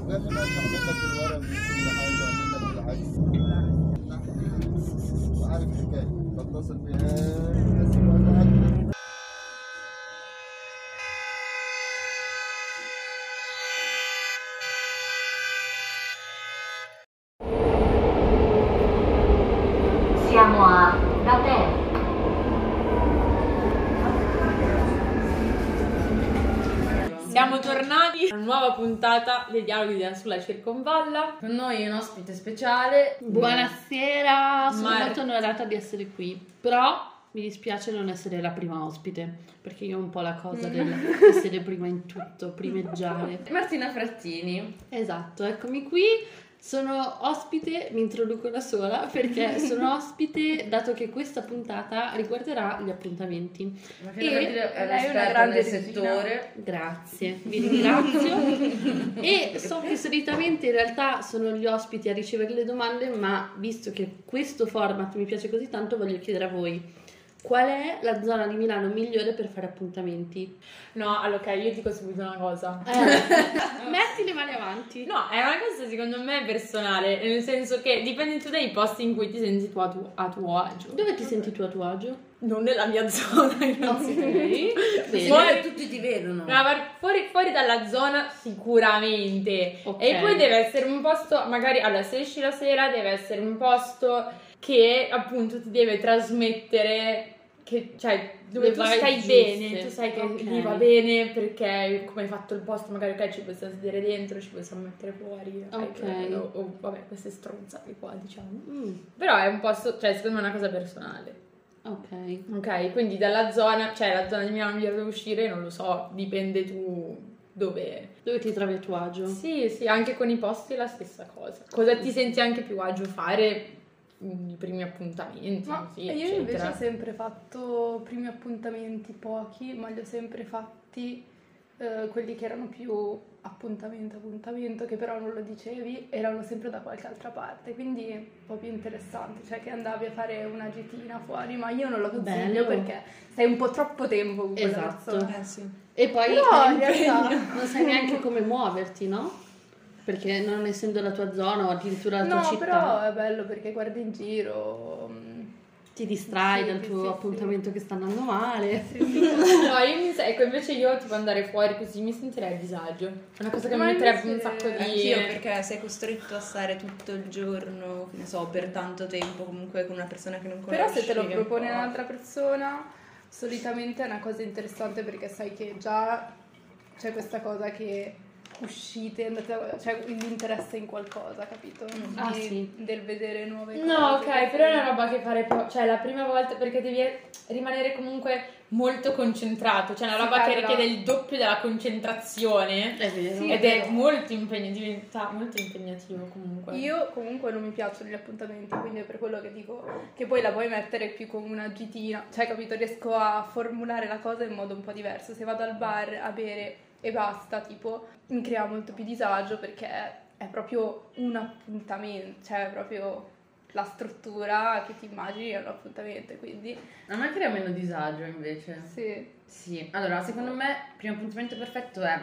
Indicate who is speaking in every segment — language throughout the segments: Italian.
Speaker 1: قال لي ماشي اعمل لك الورق من كل حاجه واعمل لك العكس. وعارف الحكايه بتصل بيها بس الوقت.
Speaker 2: Siamo a Dater.
Speaker 3: Siamo tornati a una nuova puntata dei dialoghi sulla Circonvalla.
Speaker 4: Con noi un ospite speciale.
Speaker 5: Buonasera, sono
Speaker 3: Mar-
Speaker 5: molto onorata di essere qui, però mi dispiace non essere la prima ospite, perché io ho un po' la cosa dell'essere prima in tutto, primeggiare.
Speaker 4: Martina Frattini.
Speaker 5: Esatto, eccomi qui. Sono ospite, mi introduco da sola perché sono ospite dato che questa puntata riguarderà gli appuntamenti.
Speaker 4: Martina
Speaker 5: E
Speaker 4: Frattini è
Speaker 3: lei è una
Speaker 4: un'esperta
Speaker 3: grande
Speaker 4: del
Speaker 3: regina.
Speaker 4: settore.
Speaker 5: Grazie, vi ringrazio. E so che solitamente in realtà sono gli ospiti a ricevere le domande, ma visto che questo format mi piace così tanto, voglio chiedere a voi qual è la zona di Milano migliore per fare appuntamenti?
Speaker 3: No, allora ok, io dico subito una cosa.
Speaker 5: Metti le mani avanti.
Speaker 3: No, è una cosa secondo me personale, nel senso che dipende tu dai posti in cui ti senti tu a tuo agio.
Speaker 5: Dove ti senti tu a tuo agio?
Speaker 3: Non nella mia zona, innanzitutto.
Speaker 5: Bene.
Speaker 3: Fuori-
Speaker 4: Tutti ti vedono.
Speaker 3: No, fuori dalla zona sicuramente.
Speaker 5: Ok.
Speaker 3: E poi deve essere un posto, magari, allora se esci la sera deve essere un posto che appunto ti deve trasmettere che, cioè, dove
Speaker 5: Le
Speaker 3: tu
Speaker 5: vibe
Speaker 3: stai
Speaker 5: giuste.
Speaker 3: bene, tu sai che
Speaker 5: Ok.
Speaker 3: lì va bene perché come hai fatto il posto, magari ok ci possiamo sedere dentro, ci possiamo mettere fuori,
Speaker 5: Ok.
Speaker 3: o vabbè queste stronzate qua diciamo.
Speaker 5: Mm,
Speaker 3: Però è un posto, cioè secondo me è una cosa personale.
Speaker 5: ok.
Speaker 3: Ok, quindi dalla zona, cioè la zona di Milano migliore dove uscire, non lo so, dipende tu dove.
Speaker 5: Dove ti trovi a tuo agio?
Speaker 3: Sì, sì, anche con i posti è la stessa cosa. Cosa ti senti anche più agio fare i primi appuntamenti,
Speaker 6: Ma
Speaker 3: così,
Speaker 6: io
Speaker 3: eccetera.
Speaker 6: invece ho sempre fatto primi appuntamenti pochi, ma li ho sempre fatti quelli che erano più appuntamento, che però non lo dicevi, erano sempre da qualche altra parte, quindi un po' più interessante, cioè che andavi a fare una gitina fuori, ma io non lo consiglio
Speaker 5: Bello.
Speaker 6: perché stai un po' troppo tempo con quella
Speaker 5: Esatto.
Speaker 6: persona.
Speaker 5: E poi
Speaker 6: Però in realtà
Speaker 5: non sai neanche come muoverti, no? Perché non essendo la tua zona o addirittura la tua
Speaker 6: no,
Speaker 5: città,
Speaker 6: però è bello perché guardi in giro.
Speaker 5: ti distrai
Speaker 6: Sì,
Speaker 5: dal
Speaker 6: sì,
Speaker 5: tuo
Speaker 6: sì,
Speaker 5: appuntamento che sta andando male.
Speaker 3: No, ecco, invece io tipo andare fuori così mi sentirei a disagio. È una cosa che mi
Speaker 6: Ma
Speaker 3: metterebbe un
Speaker 6: invece-
Speaker 3: sacco di.
Speaker 7: Anch'io, perché sei costretto a stare tutto il giorno, che ne so, per tanto tempo comunque con una persona che non conosci.
Speaker 6: Però se te lo
Speaker 7: che è un
Speaker 6: propone
Speaker 7: po'-
Speaker 6: un'altra persona, solitamente è una cosa interessante perché sai che già c'è questa cosa che uscite, andate cioè l'interesse in qualcosa, capito?
Speaker 5: Ah, sì.
Speaker 6: Del vedere nuove cose.
Speaker 3: No, ok, però è una roba che fare cioè la prima volta perché devi rimanere comunque molto concentrato, cioè è una
Speaker 6: Sì,
Speaker 3: roba che
Speaker 6: però-
Speaker 3: richiede il doppio della concentrazione
Speaker 5: È vero.
Speaker 6: Sì,
Speaker 3: ed è
Speaker 6: vero.
Speaker 3: molto diventa molto impegnativo comunque.
Speaker 6: Io comunque non mi piacciono gli appuntamenti, quindi è per quello che dico che poi la puoi mettere più come una gitina, cioè capito, riesco a formulare la cosa in modo un po' diverso. Se vado al bar a bere e basta, tipo, mi crea molto più disagio perché è proprio un appuntamento, cioè proprio la struttura che ti immagini è un appuntamento, quindi
Speaker 4: A me crea meno disagio invece.
Speaker 6: sì.
Speaker 4: Sì, allora secondo me il primo appuntamento perfetto è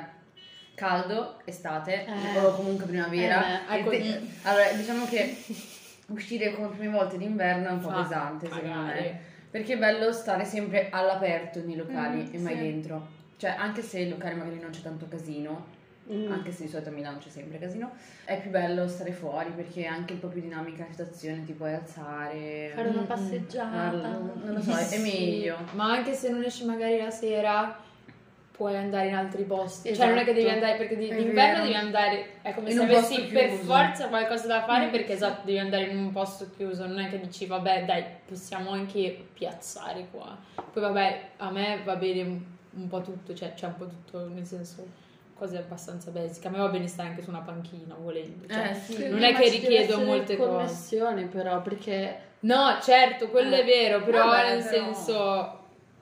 Speaker 4: caldo, estate o comunque primavera.
Speaker 3: ecco,
Speaker 4: Allora diciamo che uscire come prime volte d'inverno è un po'
Speaker 3: Fa
Speaker 4: pesante secondo
Speaker 3: cagare.
Speaker 4: me. Perché è bello stare sempre all'aperto nei locali e mai
Speaker 6: sì.
Speaker 4: dentro. Cioè anche se il locale magari non c'è tanto casino,
Speaker 5: Mm.
Speaker 4: anche se di solito a Milano c'è sempre casino, è più bello stare fuori perché è anche un po' più dinamica la situazione, ti puoi alzare,
Speaker 5: Fare una passeggiata.
Speaker 4: non lo so, è meglio.
Speaker 3: Ma anche se non esci magari la sera puoi andare in altri posti, cioè
Speaker 5: Esatto.
Speaker 3: non è che devi andare perché
Speaker 4: È
Speaker 3: d'inverno
Speaker 4: vero.
Speaker 3: devi andare, è come
Speaker 4: In
Speaker 3: se
Speaker 4: un
Speaker 3: avessi
Speaker 4: posto
Speaker 3: per
Speaker 4: chiuso.
Speaker 3: forza qualcosa da fare perché esatto devi andare in un posto chiuso, non è che dici vabbè dai possiamo anche piazzare qua, poi vabbè a me va bene un po' tutto, cioè c'è un po' tutto nel senso cose abbastanza basic, a me va bene stare anche su una panchina volendo, cioè,
Speaker 4: Sì.
Speaker 3: non è
Speaker 5: Ma
Speaker 3: che
Speaker 5: ci deve
Speaker 3: richiedo
Speaker 5: essere
Speaker 3: molte cose.
Speaker 5: connessione però, perché
Speaker 3: No, certo, quello è vero, però
Speaker 6: Vabbè,
Speaker 3: nel
Speaker 6: però-
Speaker 3: senso,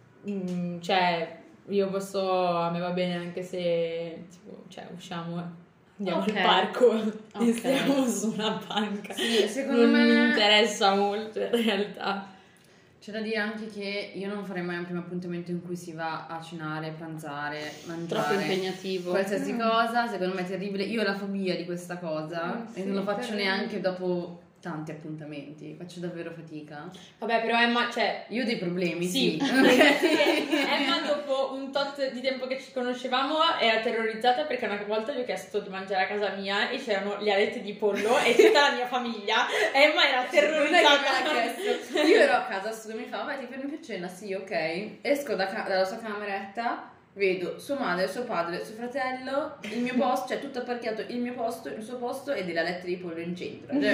Speaker 3: cioè, io posso, a me va bene anche se, tipo, cioè, usciamo, andiamo
Speaker 5: Ok.
Speaker 3: al parco e
Speaker 5: Ok.
Speaker 3: stiamo su una panca.
Speaker 4: Sì, secondo
Speaker 3: Non mi
Speaker 4: me
Speaker 3: interessa molto in realtà.
Speaker 4: C'è da dire anche che io non farei mai un primo appuntamento in cui si va a cenare, pranzare, mangiare.
Speaker 5: Troppo impegnativo.
Speaker 4: Qualsiasi cosa, secondo me è terribile. Io ho la fobia di questa cosa e non lo faccio neanche dopo tanti appuntamenti, faccio davvero fatica.
Speaker 3: Vabbè, però Emma, cioè...
Speaker 4: Io ho dei problemi,
Speaker 3: Sì,
Speaker 4: sì.
Speaker 3: Emma dopo un tot di tempo che ci conoscevamo era terrorizzata perché una volta gli ho chiesto di mangiare a casa mia e c'erano le alette di pollo e tutta la mia famiglia. Emma era terrorizzata.
Speaker 4: Io ero a casa, su mi fa, vai ti fermi per cena? Sì, ok. Esco dalla sua cameretta, vedo sua madre, suo padre, suo fratello, il mio posto, cioè tutto apparchiato, il mio posto, il suo posto e delle alette di pollo in centro. Cioè,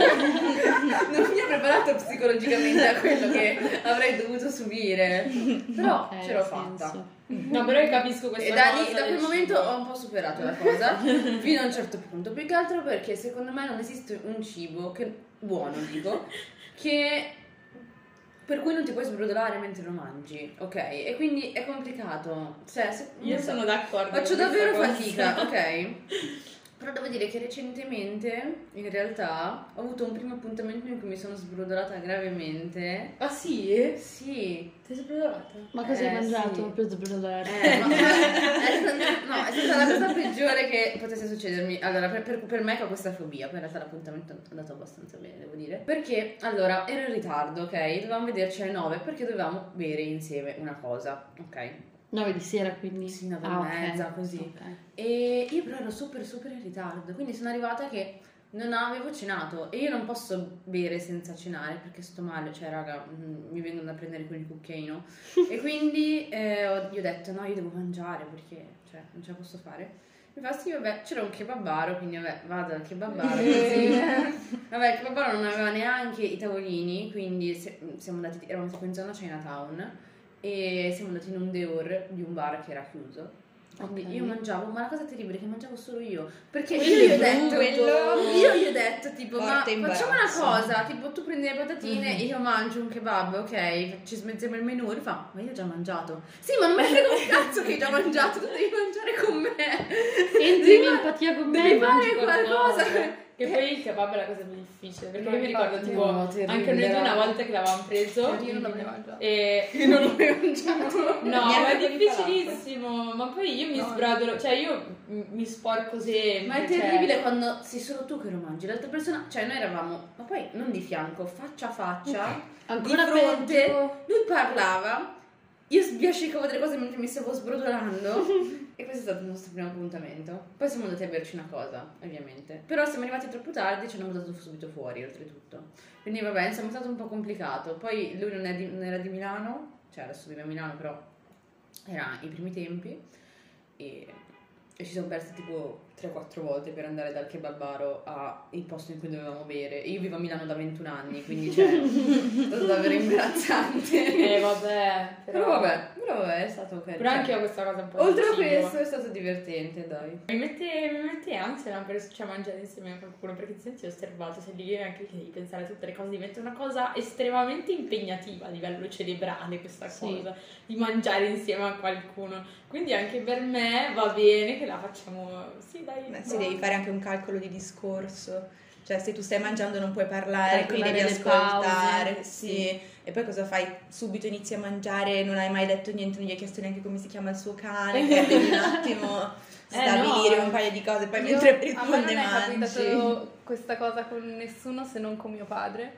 Speaker 4: non mi ha preparato psicologicamente a quello che avrei dovuto subire. Però ce l'ho fatta.
Speaker 3: No, però io capisco questa
Speaker 4: E da
Speaker 3: cosa.
Speaker 4: lì, da quel momento ho un po' superato la cosa, fino a un certo punto. Più che altro perché secondo me non esiste un cibo buono, dico, che per cui non ti puoi sbrodolare mentre lo mangi, ok? E quindi è complicato. Cioè,
Speaker 3: Io sono d'accordo.
Speaker 4: Faccio
Speaker 3: con
Speaker 4: davvero
Speaker 3: questa
Speaker 4: fatica,
Speaker 3: cosa.
Speaker 4: ok? Però devo dire che recentemente, in realtà, ho avuto un primo appuntamento in cui mi sono sbrodolata gravemente.
Speaker 3: Ah sì?
Speaker 4: Sì.
Speaker 3: Ti sei sbrodolata?
Speaker 5: Ma cosa hai mangiato
Speaker 4: sì.
Speaker 5: per sbrodolare?
Speaker 4: No, è stata la cosa peggiore che potesse succedermi. Allora, per me che ho questa fobia, poi in realtà l'appuntamento è andato abbastanza bene, devo dire. Perché, allora, ero in ritardo, ok? Dovevamo vederci alle 9 perché dovevamo bere insieme una cosa, ok?
Speaker 5: 9 di sera quindi?
Speaker 4: Sì, 9 e
Speaker 5: ok.
Speaker 4: mezza, così.
Speaker 5: Ok.
Speaker 4: E io però ero super in ritardo, quindi sono arrivata che non avevo cenato e io non posso bere senza cenare perché sto male, cioè raga, mi vengono a prendere con il cucchiaino e quindi gli ho detto no, io devo mangiare perché cioè, non ce la posso fare. Mi fa sì, vabbè, c'era un kebabaro, quindi vabbè, vado al kebabaro così. Vabbè, il kebabaro non aveva neanche i tavolini, quindi siamo andati, eravamo tipo in zona Chinatown e siamo andati in un dehors di un bar che era chiuso. Quindi io mangiavo, ma la cosa terribile è che mangiavo solo io. Perché io gli ho detto tipo, ma facciamo una cosa, tipo tu prendi le patatine e io mangio un kebab, ok? Ci smezziamo il menù, e fa, ma io ho già mangiato. Sì, ma non mi frega un cazzo che hai già mangiato, tu devi mangiare con me.
Speaker 5: Entri in empatia con me e
Speaker 4: Devi
Speaker 5: mangi
Speaker 4: fare qualcosa.
Speaker 3: Che poi il kebab è la cosa più difficile, perché
Speaker 6: No,
Speaker 3: io mi ricordo
Speaker 6: infatti,
Speaker 3: tipo
Speaker 4: no, terribile,
Speaker 3: anche noi due una
Speaker 4: raga.
Speaker 3: volta che l'avevamo preso
Speaker 6: Io non l'avrei mangiato.
Speaker 3: e
Speaker 4: Io non l'ho mai mangiato.
Speaker 3: no,
Speaker 6: Niente
Speaker 3: è
Speaker 6: con
Speaker 3: difficilissimo, ma poi io mi sbrodolo, cioè io mi sporco sempre.
Speaker 4: Ma è
Speaker 3: cioè-
Speaker 4: terribile quando sei solo tu che lo mangi, l'altra persona, cioè noi eravamo, ma poi non di fianco, faccia a faccia,
Speaker 5: Ancora
Speaker 4: di fronte,
Speaker 5: peggio.
Speaker 4: lui parlava, io sbiascicavo delle cose mentre mi stavo sbrodolando e questo è stato il nostro primo appuntamento. Poi siamo andati a berci una cosa, ovviamente, però siamo arrivati troppo tardi e ci hanno buttato subito fuori, oltretutto. Quindi vabbè, insomma è stato un po' complicato. Poi lui non era di Milano, cioè adesso vive a Milano, però era i primi tempi e ci siamo persi tipo 3-4 volte per andare dal kebabaro al posto in cui dovevamo bere. E io vivo a Milano da 21 anni, quindi cioè, è stato davvero imbarazzante.
Speaker 3: Vabbè,
Speaker 4: Però vabbè, è stato carino.
Speaker 3: Però anche io ho questa cosa un po'
Speaker 4: Oltre a
Speaker 3: di cibo.
Speaker 4: questo è stato divertente, dai.
Speaker 3: Mi mette ansia no, per mangiare insieme a qualcuno perché ti senti osservato, sei lì e anche che devi pensare a tutte le cose, diventa una cosa estremamente impegnativa a livello cerebrale questa cosa di mangiare insieme a qualcuno. Quindi anche per me va bene che la facciamo, sì dai.
Speaker 7: Sì, devi fare anche un calcolo di discorso. Cioè, se tu stai mangiando non puoi parlare, quindi
Speaker 5: Calcolare
Speaker 7: devi
Speaker 5: le
Speaker 7: ascoltare,
Speaker 5: pause,
Speaker 7: sì. E poi cosa fai? Subito inizi a mangiare, non hai mai detto niente, non gli hai chiesto neanche come si chiama il suo cane, che devi un attimo stabilire un paio di cose, poi mentre
Speaker 6: A me non
Speaker 7: risponde
Speaker 6: è
Speaker 7: mangi.
Speaker 6: capitato questa cosa con nessuno se non con mio padre.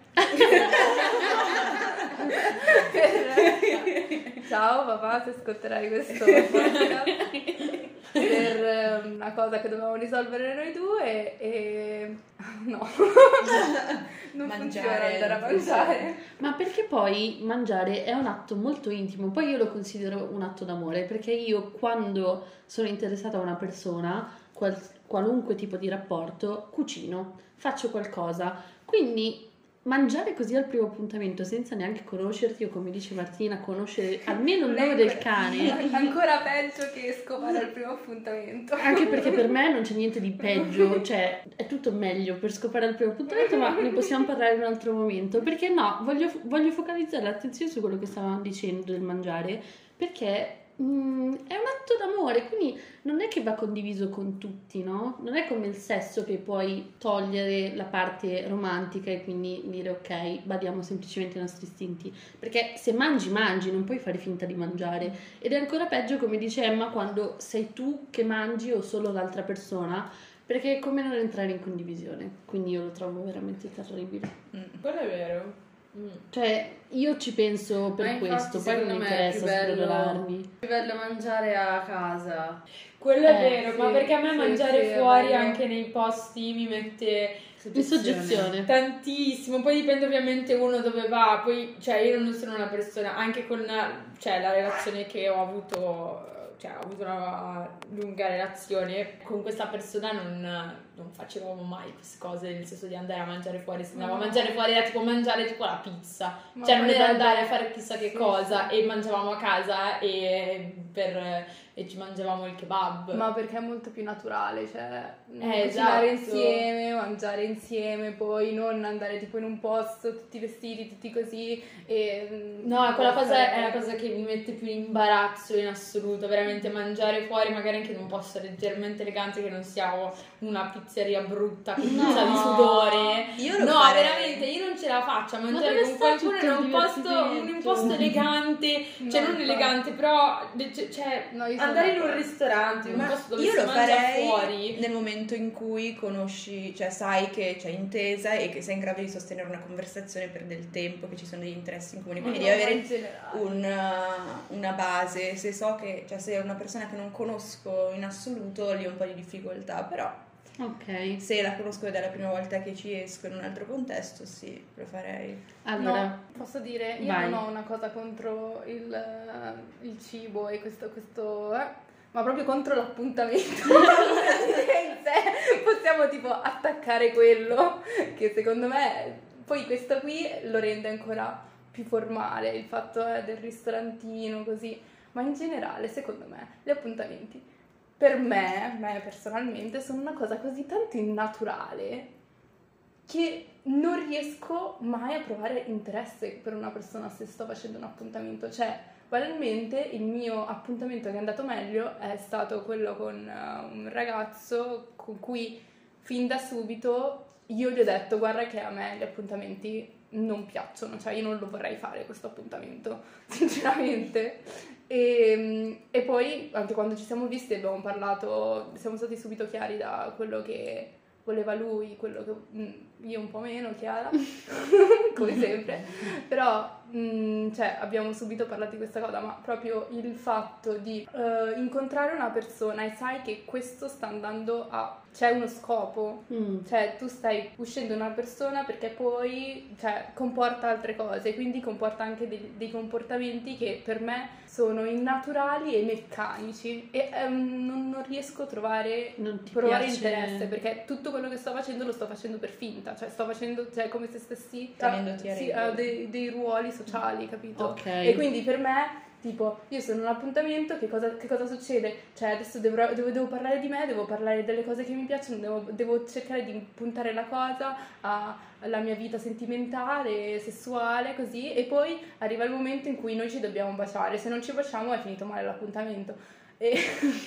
Speaker 6: Ciao papà, se ascolterai questo podcast. Per una cosa che dovevamo risolvere noi due e no, non funziona andare a mangiare.
Speaker 5: Ma perché poi mangiare è un atto molto intimo, poi io lo considero un atto d'amore, perché io quando sono interessata a una persona, qualunque tipo di rapporto, cucino, faccio qualcosa, quindi mangiare così al primo appuntamento senza neanche conoscerti o, come dice Martina, conoscere almeno il nome del cane,
Speaker 6: Ancora peggio che scopare al primo appuntamento.
Speaker 5: anche perché per me non c'è niente di peggio, cioè è tutto meglio per scopare al primo appuntamento, ma ne possiamo parlare in un altro momento, perché no, voglio focalizzare l'attenzione su quello che stavamo dicendo del mangiare, perché è un atto d'amore, quindi non è che va condiviso con tutti, no? Non è come il sesso che puoi togliere la parte romantica e quindi dire ok, badiamo semplicemente ai nostri istinti, perché se mangi, non puoi fare finta di mangiare, ed è ancora peggio, come dice Emma, quando sei tu che mangi o solo l'altra persona, perché è come non entrare in condivisione, quindi io lo trovo veramente terribile.
Speaker 3: Quello è vero.
Speaker 5: Cioè, io ci penso per
Speaker 4: Ma infatti,
Speaker 5: questo, poi non mi
Speaker 4: secondo me è
Speaker 5: interessa sbrodolarmi.
Speaker 4: più bello mangiare a casa.
Speaker 3: Quello è vero,
Speaker 6: sì,
Speaker 3: ma perché a me
Speaker 6: sì,
Speaker 3: mangiare
Speaker 6: sì, è
Speaker 3: fuori
Speaker 6: bello.
Speaker 3: anche nei posti mi mette
Speaker 5: In soggezione.
Speaker 3: tantissimo, poi dipende ovviamente uno dove va, poi cioè io non sono una persona, anche con cioè, la relazione che ho avuto, cioè ho avuto una lunga relazione con questa persona, non facevamo mai queste cose, nel senso di andare a mangiare fuori, se andavo a mangiare fuori era tipo mangiare tipo la pizza,
Speaker 6: Ma
Speaker 3: cioè non
Speaker 6: poi
Speaker 3: era
Speaker 6: vabbè,
Speaker 3: andare a fare chissà che
Speaker 6: sì,
Speaker 3: cosa,
Speaker 6: sì.
Speaker 3: e mangiavamo a casa e ci mangiavamo il kebab.
Speaker 6: Ma perché è molto più naturale, cioè
Speaker 3: esatto.
Speaker 6: cucinare insieme, mangiare insieme, poi non andare tipo in un posto tutti vestiti, tutti così e...
Speaker 3: No, quella cosa è la cosa che mi mette più in imbarazzo in assoluto, veramente mangiare fuori, magari anche in un posto leggermente elegante che non sia una pizzeria brutta con puzza di sudore.
Speaker 7: Io lo
Speaker 3: No,
Speaker 7: farei.
Speaker 3: veramente, io non ce la faccio a
Speaker 5: Ma
Speaker 3: mangiare
Speaker 5: dove
Speaker 3: con
Speaker 5: sta
Speaker 3: qualcuno
Speaker 5: tutto
Speaker 3: in
Speaker 5: il
Speaker 3: un posto elegante, cioè
Speaker 6: No,
Speaker 3: non
Speaker 6: infatti.
Speaker 3: elegante, però cioè
Speaker 6: No, io sono
Speaker 3: andare in un
Speaker 6: d'accordo.
Speaker 3: ristorante, in un
Speaker 7: Ma
Speaker 3: posto dove
Speaker 7: io
Speaker 3: si
Speaker 7: lo
Speaker 3: mangia
Speaker 7: farei
Speaker 3: fuori.
Speaker 7: nel momento in cui conosci, cioè sai che c'è intesa e che sei in grado di sostenere una conversazione per del tempo, che ci sono degli interessi in comune, quindi
Speaker 6: No,
Speaker 7: devi
Speaker 6: ma
Speaker 7: avere
Speaker 6: in generale.
Speaker 7: una base. Se so che, cioè se è una persona che non conosco in assoluto, lì ho un po' di difficoltà, però
Speaker 5: Ok,
Speaker 7: se la conosco ed è la prima volta che ci esco in un altro contesto, sì, lo farei.
Speaker 5: allora,
Speaker 6: No, posso dire, io
Speaker 5: vai.
Speaker 6: non ho una cosa contro il cibo e questo ma proprio contro l'appuntamento. In sé possiamo tipo attaccare quello che secondo me poi questo qui lo rende ancora più formale, il fatto del ristorantino così, ma in generale secondo me gli appuntamenti per me personalmente sono una cosa così tanto innaturale che non riesco mai a provare interesse per una persona se sto facendo un appuntamento. Cioè, banalmente il mio appuntamento che è andato meglio è stato quello con un ragazzo con cui fin da subito io gli ho detto guarda che a me gli appuntamenti non piacciono, cioè io non lo vorrei fare questo appuntamento, sinceramente. E poi anche quando ci siamo visti abbiamo parlato, siamo stati subito chiari da quello che voleva lui, quello che io un po' meno, Chiara, come sempre, però cioè, abbiamo subito parlato di questa cosa, ma proprio il fatto di incontrare una persona e sai che questo sta andando a... c'è uno scopo, cioè tu stai uscendo una persona perché poi cioè, comporta altre cose, quindi comporta anche dei comportamenti che per me sono innaturali e meccanici e non riesco a provare
Speaker 5: piace...
Speaker 6: interesse, perché tutto quello che sto facendo lo sto facendo per finta, cioè sto facendo cioè come se stessi
Speaker 7: Tenendoti a
Speaker 6: sì,
Speaker 7: regole.
Speaker 6: a dei ruoli sociali, capito?
Speaker 5: Ok.
Speaker 6: E quindi per me tipo, io sono in un appuntamento, che cosa succede? Cioè, adesso devo parlare di me, devo parlare delle cose che mi piacciono, devo cercare di puntare la cosa alla mia vita sentimentale, sessuale, così, e poi arriva il momento in cui noi ci dobbiamo baciare. Se non ci baciamo è finito male l'appuntamento. E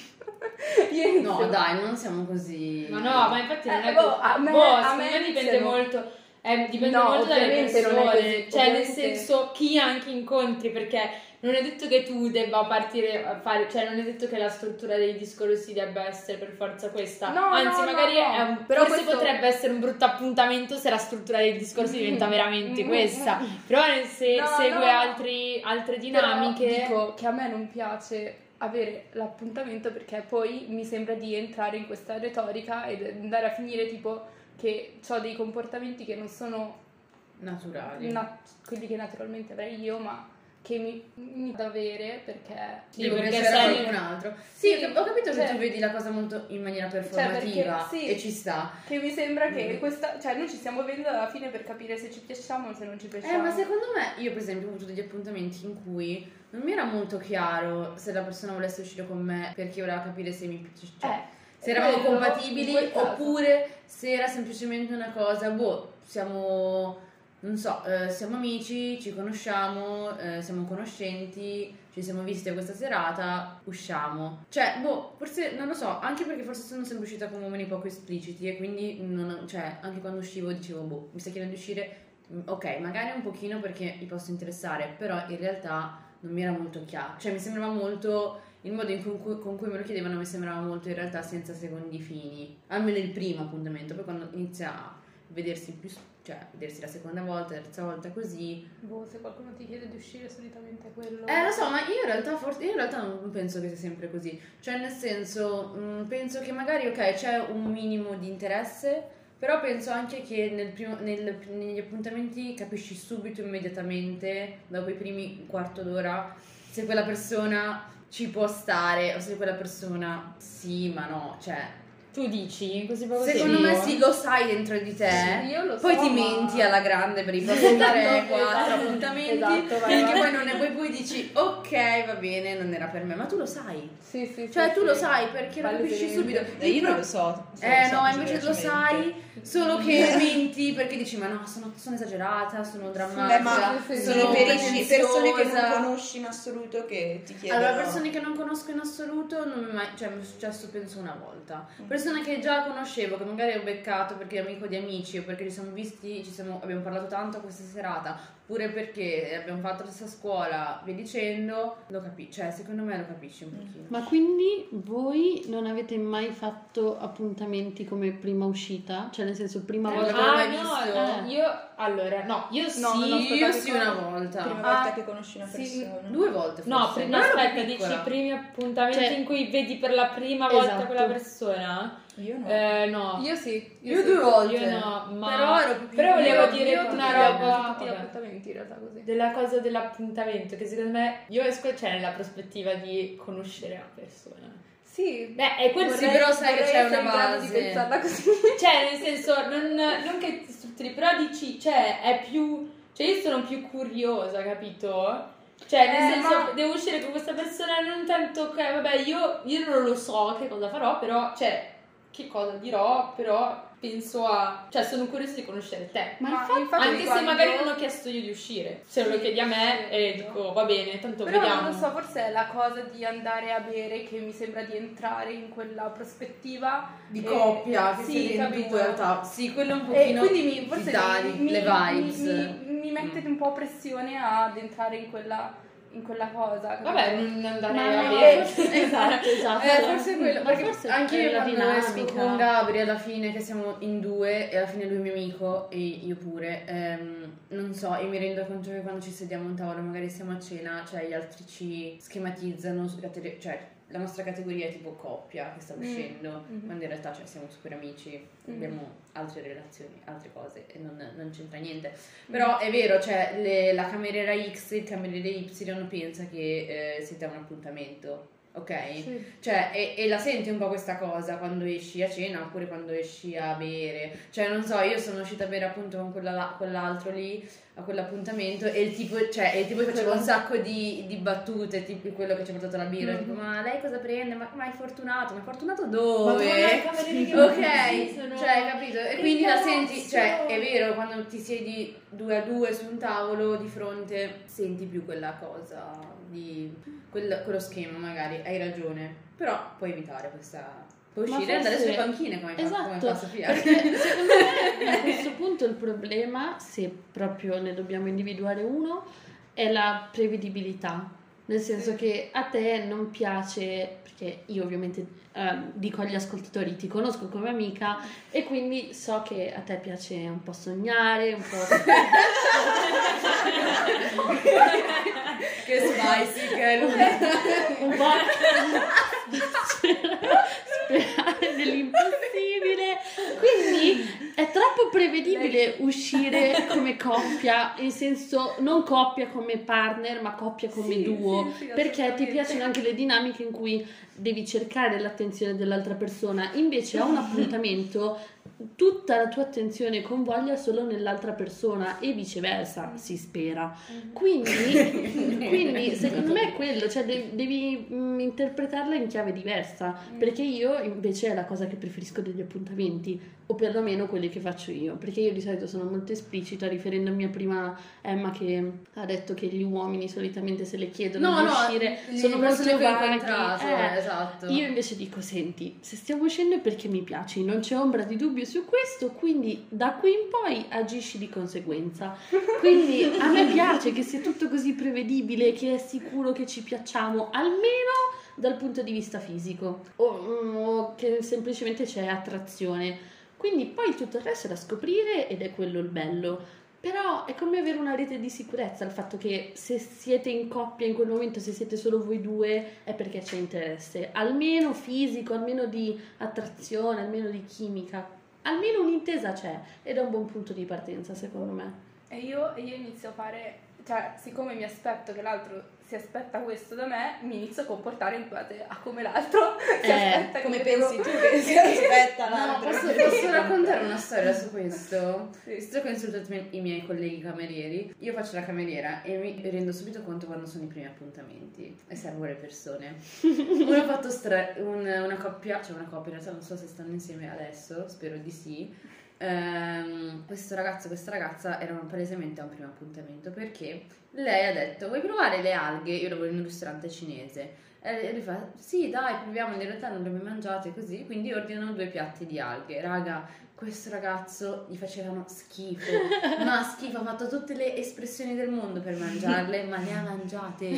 Speaker 6: io
Speaker 4: No,
Speaker 6: inizio-
Speaker 4: dai, non siamo così.
Speaker 3: Ma no, ma infatti non è
Speaker 6: a me
Speaker 3: secondo me dipende
Speaker 6: iniziano-
Speaker 3: molto. Dipende
Speaker 6: No,
Speaker 3: molto dalle
Speaker 6: ovviamente
Speaker 3: persone,
Speaker 6: non è così,
Speaker 3: cioè nel
Speaker 6: ovviamente.
Speaker 3: senso chi anche incontri, perché non è detto che tu debba partire a fare, cioè non è detto che la struttura dei discorsi debba essere per forza questa,
Speaker 6: No,
Speaker 3: anzi
Speaker 6: no,
Speaker 3: magari
Speaker 6: no, no.
Speaker 3: è un,
Speaker 6: Però
Speaker 3: forse
Speaker 6: questo-
Speaker 3: potrebbe essere un brutto appuntamento se la struttura dei discorsi diventa veramente questa, però se
Speaker 6: No,
Speaker 3: segue
Speaker 6: no.
Speaker 3: altre dinamiche.
Speaker 6: Però dico che a me non piace avere l'appuntamento perché poi mi sembra di entrare in questa retorica ed andare a finire tipo che ho dei comportamenti che non sono
Speaker 4: naturali.
Speaker 6: quelli che naturalmente avrei io, ma che mi da avere perché
Speaker 3: Sì,
Speaker 4: Devo
Speaker 3: perché
Speaker 4: piacere a
Speaker 3: sei-
Speaker 4: qualcun altro.
Speaker 6: Sì,
Speaker 4: Sì, ho capito
Speaker 6: cioè-
Speaker 4: che tu vedi la cosa molto in maniera
Speaker 6: perché
Speaker 4: performativa
Speaker 6: sì.
Speaker 4: e ci sta.
Speaker 6: che mi sembra che questa, cioè noi ci stiamo vedendo alla fine per capire se ci piacciamo o se non ci piacciamo.
Speaker 4: Ma secondo me, io per esempio ho avuto degli appuntamenti in cui non mi era molto chiaro se la persona volesse uscire con me perché voleva capire se mi piace, cioè, se eravamo
Speaker 6: quello,
Speaker 4: compatibili
Speaker 6: in quel caso.
Speaker 4: oppure se era semplicemente una cosa, siamo, non so, siamo amici, ci conosciamo, siamo conoscenti, ci siamo visti a questa serata, usciamo. Cioè, forse, non lo so, anche perché forse sono sempre uscita con uomini poco espliciti e quindi, cioè, anche quando uscivo dicevo, mi stai chiedendo di uscire? Ok, magari un pochino perché mi posso interessare, però in realtà non mi era molto chiaro. Cioè, mi sembrava molto... Il modo con cui me lo chiedevano mi sembrava molto in realtà senza secondi fini. Almeno il primo appuntamento, poi quando inizia a vedersi vedersi la seconda volta, la terza volta così.
Speaker 6: Se qualcuno ti chiede di uscire solitamente è quello.
Speaker 4: Lo so, ma io in realtà non penso che sia sempre così. Cioè, nel senso, penso che magari, ok, c'è un minimo di interesse, però penso anche che negli appuntamenti capisci subito, immediatamente, dopo i primi quarto d'ora, se quella persona ci può stare o se quella persona sì, ma no, cioè...
Speaker 3: Tu dici in così poco
Speaker 4: Secondo
Speaker 3: tempo?
Speaker 4: me sì, lo sai dentro di te,
Speaker 6: Sì, io lo
Speaker 4: poi
Speaker 6: so,
Speaker 4: ti
Speaker 6: ma-
Speaker 4: menti alla grande per i prossimi 3-4 appuntamenti,
Speaker 3: Esatto, vai,
Speaker 4: perché
Speaker 3: vai.
Speaker 4: poi non ne poi dici ok, va bene, non era per me, ma tu lo sai.
Speaker 6: Sì,
Speaker 4: Cioè tu
Speaker 6: sì.
Speaker 4: lo sai perché lo
Speaker 6: Vale
Speaker 4: capisci
Speaker 6: esempio.
Speaker 4: subito.
Speaker 7: Io non lo so.
Speaker 4: No, invece lo sai, solo che menti perché dici ma no, sono esagerata, sono drammatica,
Speaker 7: ma
Speaker 6: sì, sì,
Speaker 4: sono
Speaker 7: riferisci persone che non
Speaker 4: pretenziosa.
Speaker 7: conosci in assoluto che ti chiedono.
Speaker 4: Allora, persone che non conosco in assoluto non mi è mai, cioè mi è successo penso una volta. Persone che già conoscevo, che magari ho beccato perché è amico di amici o perché ci siamo visti, abbiamo parlato tanto questa serata, pure perché abbiamo fatto la stessa scuola, via dicendo, lo capisci, cioè secondo me lo capisci un pochino.
Speaker 5: Ma quindi voi non avete mai fatto appuntamenti come prima uscita? Cioè nel senso prima volta...
Speaker 4: non l'ho mai
Speaker 3: no, io sì.
Speaker 6: No, non ho
Speaker 4: Io
Speaker 6: aspettato
Speaker 4: sì
Speaker 6: qua.
Speaker 4: una volta.
Speaker 7: Prima volta che conosci una persona.
Speaker 4: 2 volte forse.
Speaker 3: No,
Speaker 4: Non ero
Speaker 3: aspetta,
Speaker 4: più
Speaker 3: dici
Speaker 4: piccola.
Speaker 3: i primi appuntamenti
Speaker 5: Cioè-
Speaker 3: in cui vedi per la prima volta
Speaker 5: Esatto.
Speaker 3: quella persona?
Speaker 7: Io no.
Speaker 3: No.
Speaker 6: Io sì.
Speaker 4: Io
Speaker 6: sì.
Speaker 4: 2 volte.
Speaker 3: Io no, ma
Speaker 4: Però ero più
Speaker 3: però volevo
Speaker 4: piccola.
Speaker 3: dire
Speaker 6: Io
Speaker 3: una
Speaker 6: tutti gli-
Speaker 3: roba
Speaker 6: tutti gli
Speaker 3: vabbè,
Speaker 6: appuntamenti in realtà così.
Speaker 3: della cosa dell'appuntamento che secondo me io esco cioè nella prospettiva di conoscere una persona.
Speaker 6: Sì.
Speaker 3: Beh, è quel
Speaker 4: Sì, però sai che c'è una
Speaker 6: essere in grado di
Speaker 4: base.
Speaker 6: pensarla così.
Speaker 3: cioè nel senso non che ti strutturi, però dici, cioè è più, cioè io sono più curiosa, capito? Cioè nel senso
Speaker 6: ma-
Speaker 3: devo uscire con questa persona non tanto che vabbè io non lo so che cosa farò, però cioè che cosa dirò, però penso cioè sono curiosa di conoscere te.
Speaker 6: Ma infatti
Speaker 3: Anche se
Speaker 6: quando-
Speaker 3: magari non ho chiesto io di uscire, se lo chiedi a me e dico va bene, tanto
Speaker 6: Però
Speaker 3: vediamo.
Speaker 6: non lo so, forse è la cosa di andare a bere che mi sembra di entrare in quella prospettiva
Speaker 4: Di coppia, che
Speaker 6: sì,
Speaker 4: siete in
Speaker 6: capito?
Speaker 4: due in realtà. Sì, quello è un
Speaker 6: E
Speaker 4: pochino
Speaker 6: quindi forse
Speaker 4: le vibes.
Speaker 6: mi mette un po' pressione ad entrare in quella cosa. capito?
Speaker 3: Vabbè, non andare
Speaker 5: Ma
Speaker 3: a
Speaker 5: no,
Speaker 3: bere.
Speaker 5: esatto.
Speaker 4: Forse quello,
Speaker 5: Ma
Speaker 4: perché
Speaker 5: forse
Speaker 4: anche
Speaker 5: è
Speaker 4: io
Speaker 5: la
Speaker 4: quando esco
Speaker 5: dinamica.
Speaker 4: con Gabri alla fine che siamo in 2 e alla fine lui è mio amico e io pure, non so, io mi rendo conto che quando ci sediamo a un tavolo magari siamo a cena, cioè gli altri ci schematizzano, cioè la nostra categoria è tipo coppia che sta uscendo, quando in realtà cioè, siamo super amici, abbiamo altre relazioni, altre cose e non c'entra niente. Però è vero, cioè la cameriera X e il cameriere Y pensa che siete a un appuntamento. Ok?
Speaker 6: Sì.
Speaker 4: Cioè, e la senti un po' questa cosa quando esci a cena oppure quando esci a bere. Cioè, non so, io sono uscita a bere appunto con quell'altro lì a quell'appuntamento e il tipo faceva un sacco di battute, tipo quello che ci ha portato la birra, tipo ma lei cosa prende? Ma è fortunato? Ma è fortunato dove?
Speaker 3: Madonna, i camerieri che
Speaker 4: Ok,
Speaker 3: esistono.
Speaker 4: cioè, capito? E quindi la senti, cioè, è vero, quando ti siedi 2 a 2 su un tavolo di fronte, senti più quella cosa di quello schema, magari, hai ragione. Però puoi evitare questa. Puoi
Speaker 5: Ma
Speaker 4: uscire e andare
Speaker 5: forse-
Speaker 4: sulle panchine come
Speaker 5: Esatto,
Speaker 4: fa Sofia.
Speaker 5: perché secondo me a questo punto il problema, se proprio ne dobbiamo individuare uno, è la prevedibilità. Nel senso che a te non piace, perché io ovviamente dico agli ascoltatori ti conosco come amica e quindi so che a te piace un po' sognare, un po'...
Speaker 4: Che spicy che è lui.
Speaker 5: un po' sperare nell'impossibile, quindi è troppo prevedibile uscire come coppia, in senso non coppia come partner ma coppia come duo,
Speaker 6: sì,
Speaker 5: perché ti
Speaker 6: assolutamente.
Speaker 5: piacciono anche le dinamiche in cui devi cercare l'attenzione dell'altra persona, invece a un appuntamento tutta la tua attenzione convoglia solo nell'altra persona e viceversa, si spera. Quindi secondo me è quello, cioè devi interpretarla in chiave diversa, perché io invece è la cosa che preferisco degli appuntamenti, o perlomeno quelli che faccio io, perché io di solito sono molto esplicita, riferendomi a prima Emma che ha detto che gli uomini solitamente se le chiedono di uscire sono molto vaghi.
Speaker 4: Esatto.
Speaker 5: Io invece dico, senti, se stiamo uscendo è perché mi piaci, non c'è ombra di dubbio su questo, quindi da qui in poi agisci di conseguenza. Quindi a me piace che sia tutto così prevedibile, che è sicuro che ci piacciamo, almeno dal punto di vista fisico, o che semplicemente c'è attrazione. Quindi poi tutto il resto è da scoprire ed è quello il bello. Però è come avere una rete di sicurezza, il fatto che se siete in coppia in quel momento, se siete solo voi due, è perché c'è interesse, almeno fisico, almeno di attrazione, almeno di chimica, almeno un'intesa c'è, ed è un buon punto di partenza secondo me.
Speaker 6: E io inizio a fare, cioè siccome mi aspetto che l'altro si aspetta questo da me, mi inizio a comportare in base a come l'altro si aspetta.
Speaker 7: Come
Speaker 6: che
Speaker 7: pensi tu che si aspetta
Speaker 4: No,
Speaker 7: l'altro?
Speaker 4: posso raccontare una storia su questo?
Speaker 6: Sì.
Speaker 4: Visto che ho insultato i miei colleghi camerieri, io faccio la cameriera e mi rendo subito conto quando sono i primi appuntamenti e servo le persone. Ora ho fatto una coppia, cioè una coppia, in realtà non so se stanno insieme adesso, spero di sì. Questo ragazzo e questa ragazza erano palesemente a un primo appuntamento perché lei ha detto vuoi provare le alghe? Io lavoro in un ristorante cinese e lui fa sì dai proviamo, in realtà non le ho mai mangiate così, quindi ordinano 2 piatti di alghe. Raga, questo ragazzo gli facevano schifo, ma schifo, ha fatto tutte le espressioni del mondo per mangiarle, ma le ha mangiate.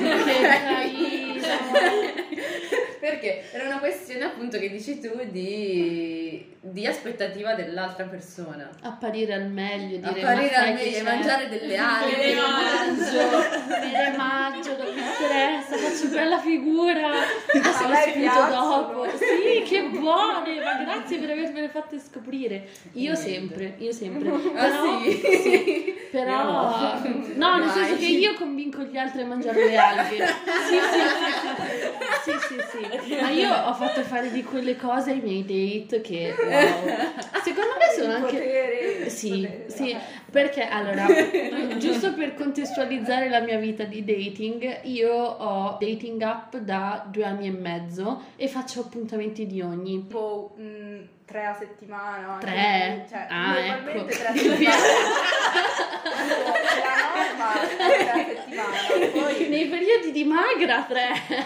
Speaker 4: Perché era una questione appunto che dici tu di aspettativa dell'altra persona.
Speaker 5: Apparire al meglio, dire
Speaker 4: Apparire
Speaker 5: ma sai
Speaker 4: al
Speaker 5: che
Speaker 4: meglio,
Speaker 5: c'è?
Speaker 4: mangiare delle alghe.
Speaker 5: Me le mangio, non mi interessa, faccio bella figura, adesso
Speaker 6: A
Speaker 5: lo
Speaker 6: me
Speaker 5: sputo
Speaker 6: piacciono.
Speaker 5: dopo. Sì, che buone, ma grazie per avermele fatte scoprire. Io sempre.
Speaker 4: Ah sì?
Speaker 5: Però no, nel senso che io convinco gli altri a mangiare le alghe. Sì. Ma io ho fatto fare di quelle cose ai miei date che wow. Secondo me sono anche
Speaker 6: Potere,
Speaker 5: sì,
Speaker 6: potere.
Speaker 5: perché allora giusto per contestualizzare la mia vita di dating, io ho dating app da 2 anni e mezzo e faccio appuntamenti di ogni
Speaker 6: Tipo 3 a settimana. anche
Speaker 5: 3?
Speaker 6: più, cioè,
Speaker 5: Ah,
Speaker 6: normalmente
Speaker 5: ecco.
Speaker 6: 3 a settimana. La norma è 3 a settimana. Poi
Speaker 5: nei periodi di magra 3.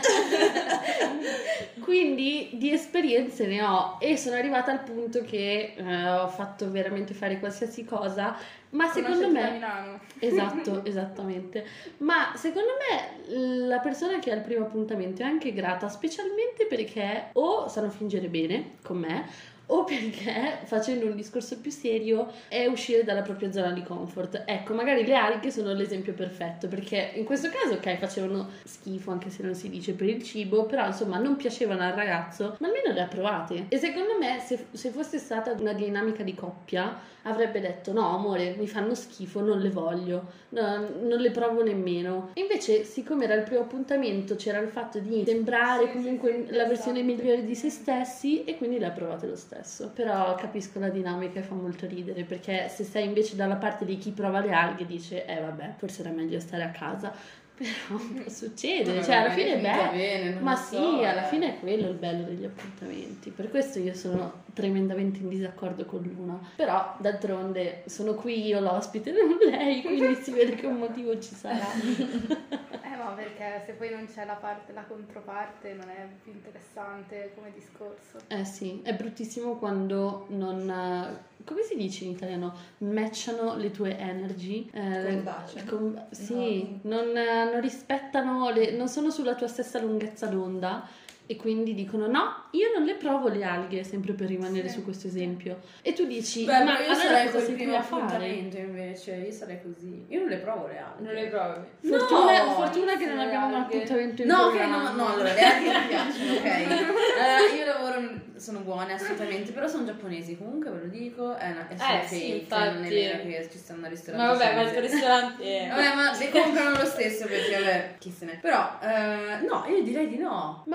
Speaker 5: Quindi di esperienze ne ho e sono arrivata al punto che ho fatto veramente fare qualsiasi cosa, ma secondo
Speaker 6: conoscete da
Speaker 5: me
Speaker 6: Milano.
Speaker 5: esatto, esattamente. Ma secondo me la persona che ha il primo appuntamento è anche grata, specialmente perché o sanno fingere bene con me o perché, facendo un discorso più serio, è uscire dalla propria zona di comfort. Ecco, magari le alghe sono l'esempio perfetto, perché in questo caso, ok, facevano schifo, anche se non si dice per il cibo, però insomma non piacevano al ragazzo, ma almeno le ha provate. E secondo me, se fosse stata una dinamica di coppia, avrebbe detto no amore, mi fanno schifo, non le voglio, non le provo nemmeno. E invece, siccome era il primo appuntamento, c'era il fatto di sembrare comunque la versione migliore di se stessi e quindi le ha provate lo stesso. Però capisco la dinamica e fa molto ridere, perché se sei invece dalla parte di chi prova le alghe dice vabbè, forse era meglio stare a casa. Però succede, cioè alla fine è bello.
Speaker 4: Bene, non
Speaker 5: Ma
Speaker 4: lo
Speaker 5: sì,
Speaker 4: so,
Speaker 5: alla fine è quello il bello degli appuntamenti. Per questo io sono tremendamente in disaccordo con Luna. Però d'altronde sono qui io l'ospite, non lei, quindi si vede che un motivo ci sarà.
Speaker 6: Ma perché se poi non c'è la controparte non è più interessante come discorso.
Speaker 5: Sì, è bruttissimo quando non... come si dice in italiano? Matchano le tue energy. Sì, non rispettano, non sono sulla tua stessa lunghezza d'onda. E quindi dicono no, io non le provo le alghe, sempre per rimanere su questo esempio. E tu dici,
Speaker 4: Beh,
Speaker 5: ma
Speaker 4: io
Speaker 5: allora
Speaker 4: sarei
Speaker 5: cosa
Speaker 4: col
Speaker 5: sei
Speaker 4: primo
Speaker 5: qui a fare?
Speaker 4: appuntamento invece, io sarei così. Io non le provo le alghe.
Speaker 3: Non le provi.
Speaker 5: Fortuna che non
Speaker 6: le
Speaker 5: abbiamo un
Speaker 6: alghe.
Speaker 5: appuntamento in
Speaker 4: No, ok,
Speaker 5: programma.
Speaker 4: no, allora le alghe mi piacciono, ok. Io lavoro, sono buone assolutamente, però sono giapponesi, comunque ve lo dico, è solo
Speaker 3: sì,
Speaker 4: fake, non è
Speaker 3: infatti.
Speaker 4: vero che ci stanno al ristorante.
Speaker 3: Ma vabbè, ma il
Speaker 4: cinese.
Speaker 3: tuo ristorante
Speaker 4: Vabbè, ma le comprano lo stesso perché, vabbè, chi se ne. Però, no, io direi di no.
Speaker 5: Ma perché?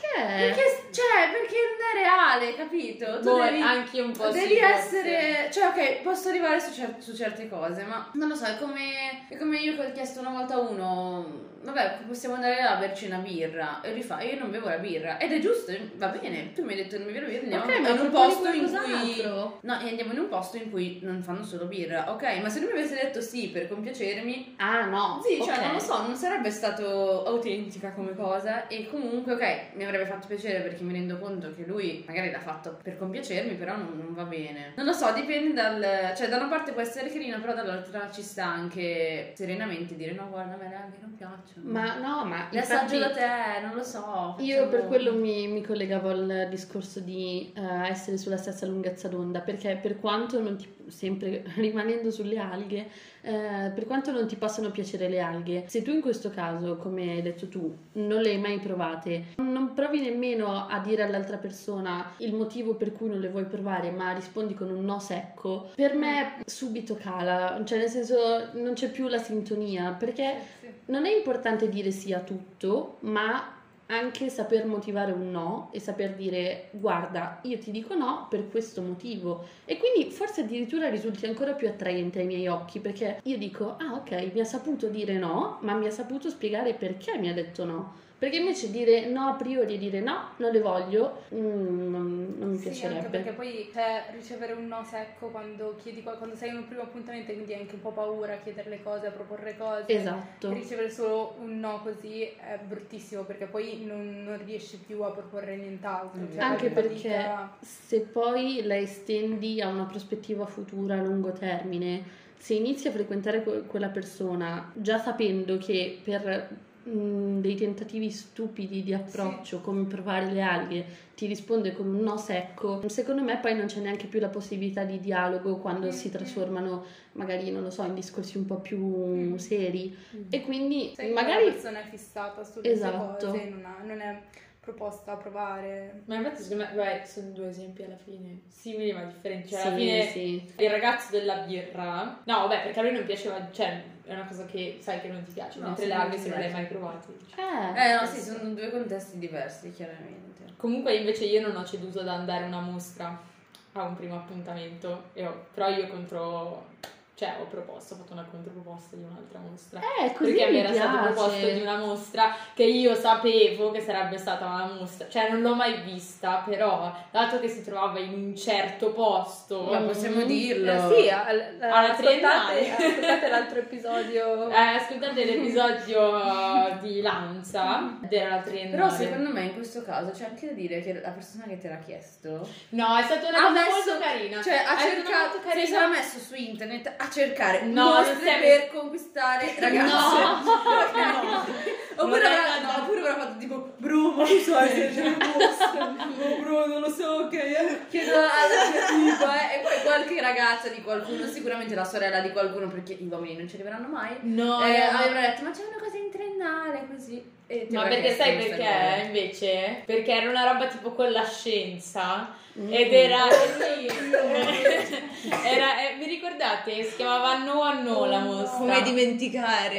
Speaker 4: Perché non è reale, capito? Tu devi,
Speaker 3: anche io un po'
Speaker 4: devi
Speaker 3: sì,
Speaker 4: essere, cioè ok, posso arrivare su certe cose, ma non lo so, è come io che ho chiesto una volta a uno, vabbè, possiamo andare là a berci una birra, e lui fa, io non bevo la birra, ed è giusto, va bene, tu mi hai detto non bevi la birra, andiamo
Speaker 5: Ok, ma
Speaker 4: in un
Speaker 5: proponi
Speaker 4: posto in cui
Speaker 5: qualcos'altro.
Speaker 4: no, e andiamo in un posto in cui non fanno solo birra, ok, ma se lui mi avesse detto sì per compiacermi,
Speaker 5: Ah no,
Speaker 4: sì, cioè
Speaker 5: ok.
Speaker 4: non lo so, non sarebbe stato autentica come cosa, e comunque ok, mi avrebbe fatto piacere perché mi rendo conto che lui magari l'ha fatto per compiacermi, però non va bene. Non lo so, dipende cioè da una parte può essere carino, però dall'altra ci sta anche serenamente dire no, guarda, a me le alghe non piacciono.
Speaker 5: Ma no, ma
Speaker 4: le assaggio da
Speaker 5: infatti
Speaker 4: te, non lo so.
Speaker 5: io per quello mi collegavo al discorso di essere sulla stessa lunghezza d'onda, perché per quanto non ti, sempre rimanendo sulle alghe, per quanto non ti possano piacere le alghe, se tu in questo caso, come hai detto tu, non le hai mai provate, non provi nemmeno a dire all'altra persona il motivo per cui non le vuoi provare, ma rispondi con un no secco, per me subito cala, cioè nel senso non c'è più la sintonia, perché non è importante dire sì a tutto, ma anche saper motivare un no e saper dire guarda, io ti dico no per questo motivo, e quindi forse addirittura risulti ancora più attraente ai miei occhi, perché io dico ah ok, mi ha saputo dire no, ma mi ha saputo spiegare perché mi ha detto no. Perché invece dire no a priori e dire no, non le voglio, non mi
Speaker 6: Sì,
Speaker 5: piacerebbe.
Speaker 6: anche perché poi ricevere un no secco quando chiedi quando sei in un primo appuntamento, quindi hai anche un po' paura a chiedere le cose, a proporre cose.
Speaker 5: Esatto.
Speaker 6: E ricevere solo un no così è bruttissimo, perché poi non riesci più a proporre nient'altro. Cioè,
Speaker 5: Anche
Speaker 6: fai
Speaker 5: perché
Speaker 6: fatica.
Speaker 5: se poi la estendi a una prospettiva futura a lungo termine, se inizi a frequentare quella persona già sapendo che per dei tentativi stupidi di approccio, come provare le alghe, ti risponde con un no secco, secondo me poi non c'è neanche più la possibilità di dialogo quando si trasformano magari, non lo so, in discorsi un po' più seri, e quindi
Speaker 6: Sai che
Speaker 5: magari
Speaker 6: la persona è fissata sulle
Speaker 5: Esatto.
Speaker 6: cose, non è proposta a provare.
Speaker 3: Ma infatti secondo me, beh, sono due esempi alla fine simili ma differenti. Cioè,
Speaker 5: sì,
Speaker 3: alla fine
Speaker 5: sì.
Speaker 3: il ragazzo della birra, no, vabbè, perché a lui non piaceva, cioè è una cosa che sai che non ti piace,
Speaker 4: No,
Speaker 3: mentre
Speaker 4: sì,
Speaker 3: le
Speaker 4: non
Speaker 3: alghe
Speaker 4: ti
Speaker 3: se non le hai
Speaker 4: piace.
Speaker 3: mai provate.
Speaker 4: No, sì, sono due contesti diversi, chiaramente.
Speaker 3: Comunque invece io non ho ceduto ad andare a una mostra a un primo appuntamento, però io ho proposto, ho fatto una controproposta di un'altra mostra.
Speaker 5: Così
Speaker 3: perché mi
Speaker 5: mi
Speaker 3: era stato
Speaker 5: piace.
Speaker 3: proposto di una mostra che io sapevo che sarebbe stata una mostra, cioè non l'ho mai vista, però dato che si trovava in un certo posto,
Speaker 4: Ma possiamo dirlo.
Speaker 6: Sì,
Speaker 3: alla triennale.
Speaker 6: ascoltate l'altro episodio.
Speaker 3: ascoltate l'episodio di Lanza della triennale.
Speaker 4: Però secondo me in questo caso c'è anche da dire che la persona che te l'ha chiesto
Speaker 3: no, è stata una
Speaker 4: ha
Speaker 3: cosa
Speaker 4: messo,
Speaker 3: molto carina,
Speaker 4: cioè ha
Speaker 3: È stata
Speaker 4: cercato,
Speaker 3: molto carina.
Speaker 4: si sarà messo su internet a cercare
Speaker 3: No,
Speaker 4: mostre
Speaker 3: non siamo-
Speaker 4: per conquistare ragazze. Oppure
Speaker 3: Non è
Speaker 4: avrà fatto tipo bro, ma tu sai se c'è una mostra, oh bro, non lo so, ok, chiedo alla mia tipa, e poi qualche ragazza di qualcuno, sicuramente la sorella di qualcuno, perché i bambini non ci arriveranno mai,
Speaker 3: No,
Speaker 4: avrebbero detto ma c'è una cosa in triennale così. E ti
Speaker 3: ma
Speaker 4: avrei
Speaker 3: perché
Speaker 4: chiesto
Speaker 3: sai
Speaker 4: questa
Speaker 3: perché
Speaker 4: cosa.
Speaker 3: invece? Perché era una roba tipo con la scienza ed era vi ricordate? Si chiamava No la mostra.
Speaker 7: Come dimenticare?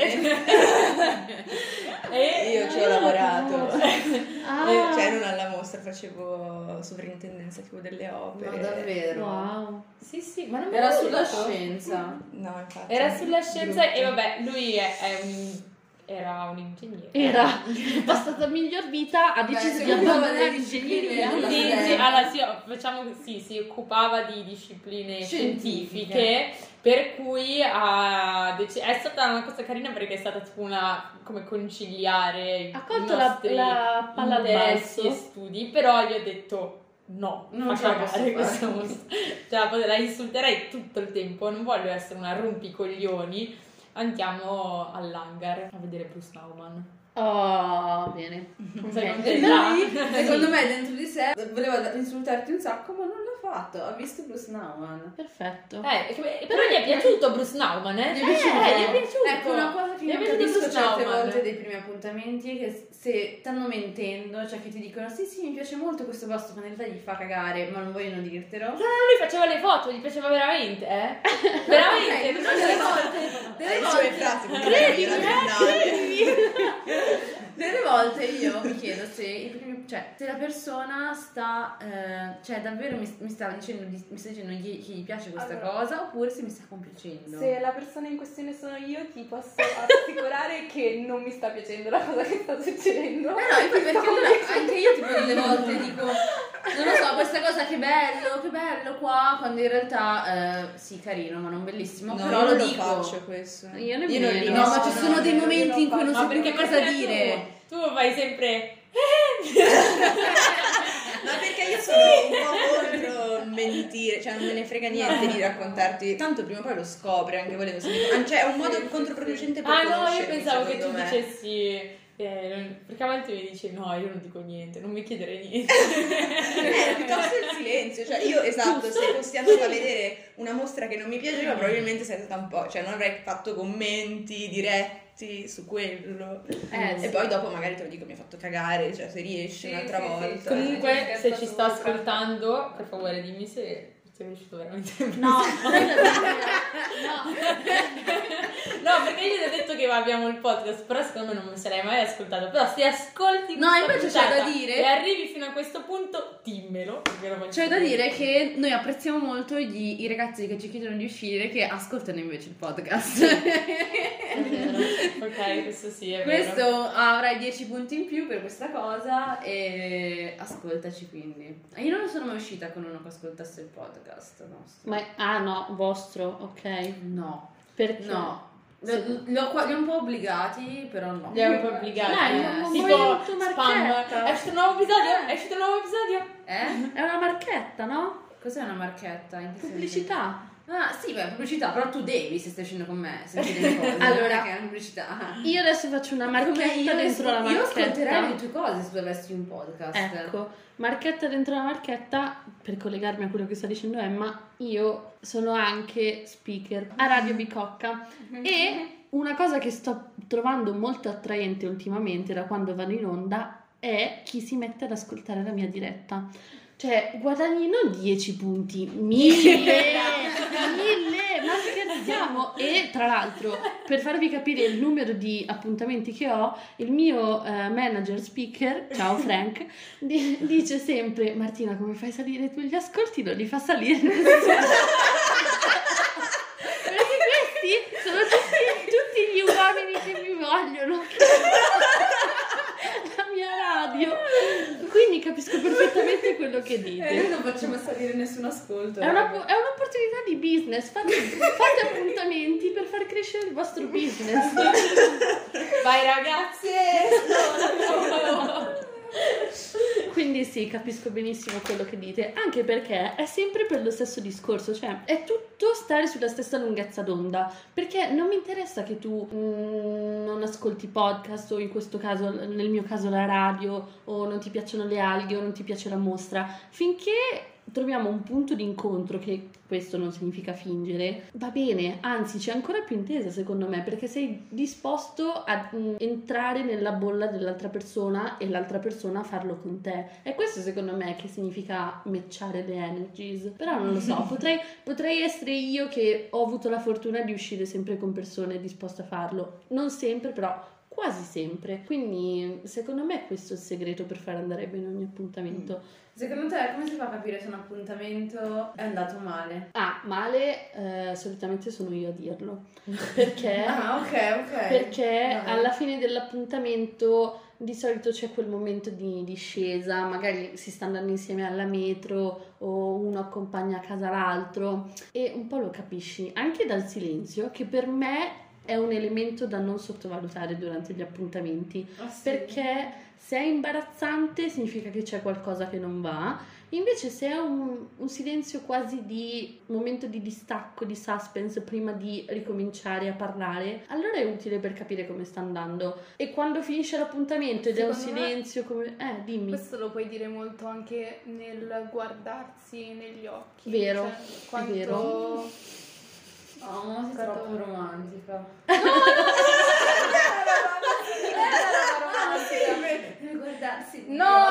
Speaker 3: E
Speaker 7: Io ci ho lavorato.
Speaker 5: Ah.
Speaker 7: Cioè non alla mostra, facevo sovrintendenza tipo delle opere.
Speaker 4: No, davvero.
Speaker 5: Wow.
Speaker 3: sì, ma non me
Speaker 4: Era
Speaker 3: lo
Speaker 4: sulla
Speaker 3: ricordo.
Speaker 4: scienza.
Speaker 7: No, infatti.
Speaker 3: Era sulla scienza
Speaker 7: Brutto.
Speaker 3: e vabbè, lui era un ingegnere.
Speaker 5: Era passata miglior vita, ha deciso
Speaker 4: si
Speaker 5: di
Speaker 4: occupava
Speaker 5: abbandonare
Speaker 4: delle
Speaker 5: l'ingegneria.
Speaker 4: discipline.
Speaker 3: Sì, allora si occupava di discipline scientifiche, per cui è stata una cosa carina perché è stata tipo una come conciliare
Speaker 5: Ha colto
Speaker 3: i nostri
Speaker 5: la palla al
Speaker 3: interessi
Speaker 5: balzo.
Speaker 3: e studi, però io ho detto no,
Speaker 4: Non ce
Speaker 3: fa
Speaker 4: la posso
Speaker 3: cagare
Speaker 4: fare.
Speaker 3: questa mostra. Cioè la insulterei tutto il tempo, non voglio essere una rompicoglioni. Andiamo all'hangar a vedere Bruce Nauman.
Speaker 5: Oh, bene.
Speaker 3: Sei
Speaker 5: Ok.
Speaker 3: contenta?
Speaker 4: Lui, secondo me, dentro di sé voleva insultarti un sacco, ma non l'ha fatto. Ha visto Bruce Nauman.
Speaker 5: Perfetto.
Speaker 3: Però gli è piaciuto Bruce Nauman, eh?
Speaker 4: Gli è piaciuto?
Speaker 3: Gli è piaciuto.
Speaker 4: Ecco, una cosa che
Speaker 3: Gli è
Speaker 4: non
Speaker 3: piaciuto
Speaker 4: capisco
Speaker 3: Bruce
Speaker 4: certe
Speaker 3: Nauman.
Speaker 4: volte dei primi appuntamenti è che se stanno mentendo, cioè che ti dicono sì, mi piace molto questo posto, ma in realtà gli fa cagare, ma non vogliono dirtelo.
Speaker 3: No, lui faceva le foto, gli piaceva veramente, veramente,
Speaker 4: Ok,
Speaker 3: non
Speaker 4: delle
Speaker 3: le
Speaker 4: volte,
Speaker 7: Le sue frasi,
Speaker 5: Credimi,
Speaker 7: la triennale.
Speaker 4: Delle volte io mi chiedo se la persona sta, davvero mi sta dicendo che gli piace questa cosa, oppure se mi sta complacendo.
Speaker 6: Se la persona in questione sono io, ti posso assicurare che non mi sta piacendo la cosa che sta succedendo.
Speaker 4: No, perché allora anche io tipo delle volte dico, non lo so, questa cosa che bello qua, quando in realtà sì, carino, ma non bellissimo,
Speaker 7: No,
Speaker 4: però
Speaker 7: io
Speaker 4: lo
Speaker 7: non
Speaker 4: dico.
Speaker 7: faccio questo.
Speaker 5: Io
Speaker 7: non
Speaker 5: nemmeno.
Speaker 7: li
Speaker 4: No, ma
Speaker 7: faccio,
Speaker 4: ci sono dei momenti in cui non
Speaker 3: Ma
Speaker 4: so più
Speaker 3: perché
Speaker 4: che cosa
Speaker 3: perché
Speaker 4: dire.
Speaker 3: tu fai sempre...
Speaker 7: Ma perché io sono un po' contro mentire, cioè non me ne frega niente di raccontarti, tanto prima o poi lo scopri anche volendo, cioè è un modo controproducente per
Speaker 3: Ah no, io
Speaker 7: conoscermi,
Speaker 3: pensavo che tu
Speaker 7: secondo me.
Speaker 3: dicessi... perché a volte mi dici no, io non dico niente, non mi chiedere niente.
Speaker 7: Piuttosto il silenzio, cioè io esatto, se fossi andata a vedere una mostra che non mi piaceva probabilmente sarei stata un po', cioè non avrei fatto commenti diretti su quello e poi dopo magari te lo dico mi ha fatto cagare, cioè se riesci un'altra volta.
Speaker 3: Comunque se ci sta ascoltando, per favore dimmi se sei riuscito veramente bene.
Speaker 5: No,
Speaker 3: No, perché io ti ho detto che abbiamo il podcast, però secondo me non mi sarei mai ascoltato. Però se ascolti
Speaker 4: No,
Speaker 3: questa
Speaker 4: invece c'è da
Speaker 3: puntata
Speaker 4: dire-
Speaker 3: e arrivi fino a questo punto, dimmelo.
Speaker 4: C'è da dire che noi apprezziamo molto i ragazzi che ci chiedono di uscire che ascoltano invece il podcast.
Speaker 3: È vero. Ok, questo sì, è vero.
Speaker 4: Questo avrai 10 punti in più per questa cosa e ascoltaci quindi. Io non sono mai uscita con uno che ascoltasse il podcast nostro.
Speaker 5: no, vostro, ok.
Speaker 4: No.
Speaker 5: Perché?
Speaker 4: No. Li ho un po' obbligati, però no.
Speaker 3: Li hai un po' obbligati.
Speaker 5: Dai,
Speaker 4: non
Speaker 3: tipo
Speaker 5: movimento
Speaker 3: spam.
Speaker 5: marchetta.
Speaker 3: È uscito un nuovo episodio? È uscito un nuovo episodio?
Speaker 4: Eh?
Speaker 5: È una marchetta, no?
Speaker 4: Cos'è una marchetta? In che senso?
Speaker 5: Pubblicità.
Speaker 4: Ah, sì, beh, pubblicità, però tu devi, se stai uscendo con me, sentire le cose.
Speaker 5: Allora,
Speaker 4: non è che è una pubblicità.
Speaker 5: Io adesso faccio una
Speaker 4: Come
Speaker 5: marchetta dentro la
Speaker 4: io ascolterei le
Speaker 5: marchetta.
Speaker 4: tue cose se tu avessi un podcast.
Speaker 5: Ecco, marchetta dentro la marchetta, per collegarmi a quello che sta dicendo Emma, io sono anche speaker a Radio Bicocca e una cosa che sto trovando molto attraente ultimamente da quando vado in onda è chi si mette ad ascoltare la mia diretta. Cioè, guadagni non 10 punti, 1000, ma scherziamo? E tra l'altro, per farvi capire il numero di appuntamenti che ho, il mio manager speaker, ciao Frank, dice sempre: Martina, come fai a salire tu gli ascolti? Non li fa salire nessuno. Perché questi sono tutti gli uomini che mi vogliono. La mia radio. Quindi capisco perfettamente quello che dite.
Speaker 4: Noi non facciamo salire nessun ascolto.
Speaker 5: È un'opportunità di business. Fate appuntamenti per far crescere il vostro business.
Speaker 3: Vai ragazze!
Speaker 5: Quindi sì, capisco benissimo quello che dite, anche perché è sempre per lo stesso discorso, cioè è tutto stare sulla stessa lunghezza d'onda, perché non mi interessa che tu non ascolti podcast o in questo caso, nel mio caso la radio, o non ti piacciono le alghe o non ti piace la mostra, finché troviamo un punto di incontro, che questo non significa fingere, va bene, anzi c'è ancora più intesa secondo me, perché sei disposto a entrare nella bolla dell'altra persona e l'altra persona a farlo con te, e questo secondo me che significa matchare le energies. Però non lo so, potrei essere io che ho avuto la fortuna di uscire sempre con persone disposte a farlo, non sempre però quasi sempre, quindi secondo me questo è il segreto per far andare bene ogni appuntamento.
Speaker 4: Secondo te come si fa a capire se un appuntamento è andato male?
Speaker 5: Male, solitamente sono io a dirlo, perché
Speaker 4: ok.
Speaker 5: perché
Speaker 4: Vabbè.
Speaker 5: alla fine dell'appuntamento di solito c'è quel momento di discesa, magari si sta andando insieme alla metro o uno accompagna a casa l'altro e un po' lo capisci anche dal silenzio, che per me è un elemento da non sottovalutare durante gli appuntamenti, perché se è imbarazzante significa che c'è qualcosa che non va, invece se è un silenzio quasi di momento di distacco, di suspense prima di ricominciare a parlare, allora è utile per capire come sta andando. E quando finisce l'appuntamento ed è un
Speaker 6: Secondo me-
Speaker 5: silenzio come... dimmi.
Speaker 6: Questo lo puoi dire molto anche nel guardarsi negli occhi.
Speaker 5: Vero,
Speaker 6: cioè,
Speaker 5: è
Speaker 6: quanto...
Speaker 5: vero.
Speaker 4: Oh, sei troppo romantica.
Speaker 6: romantica.
Speaker 4: Guarda, imbarazzi.
Speaker 6: No,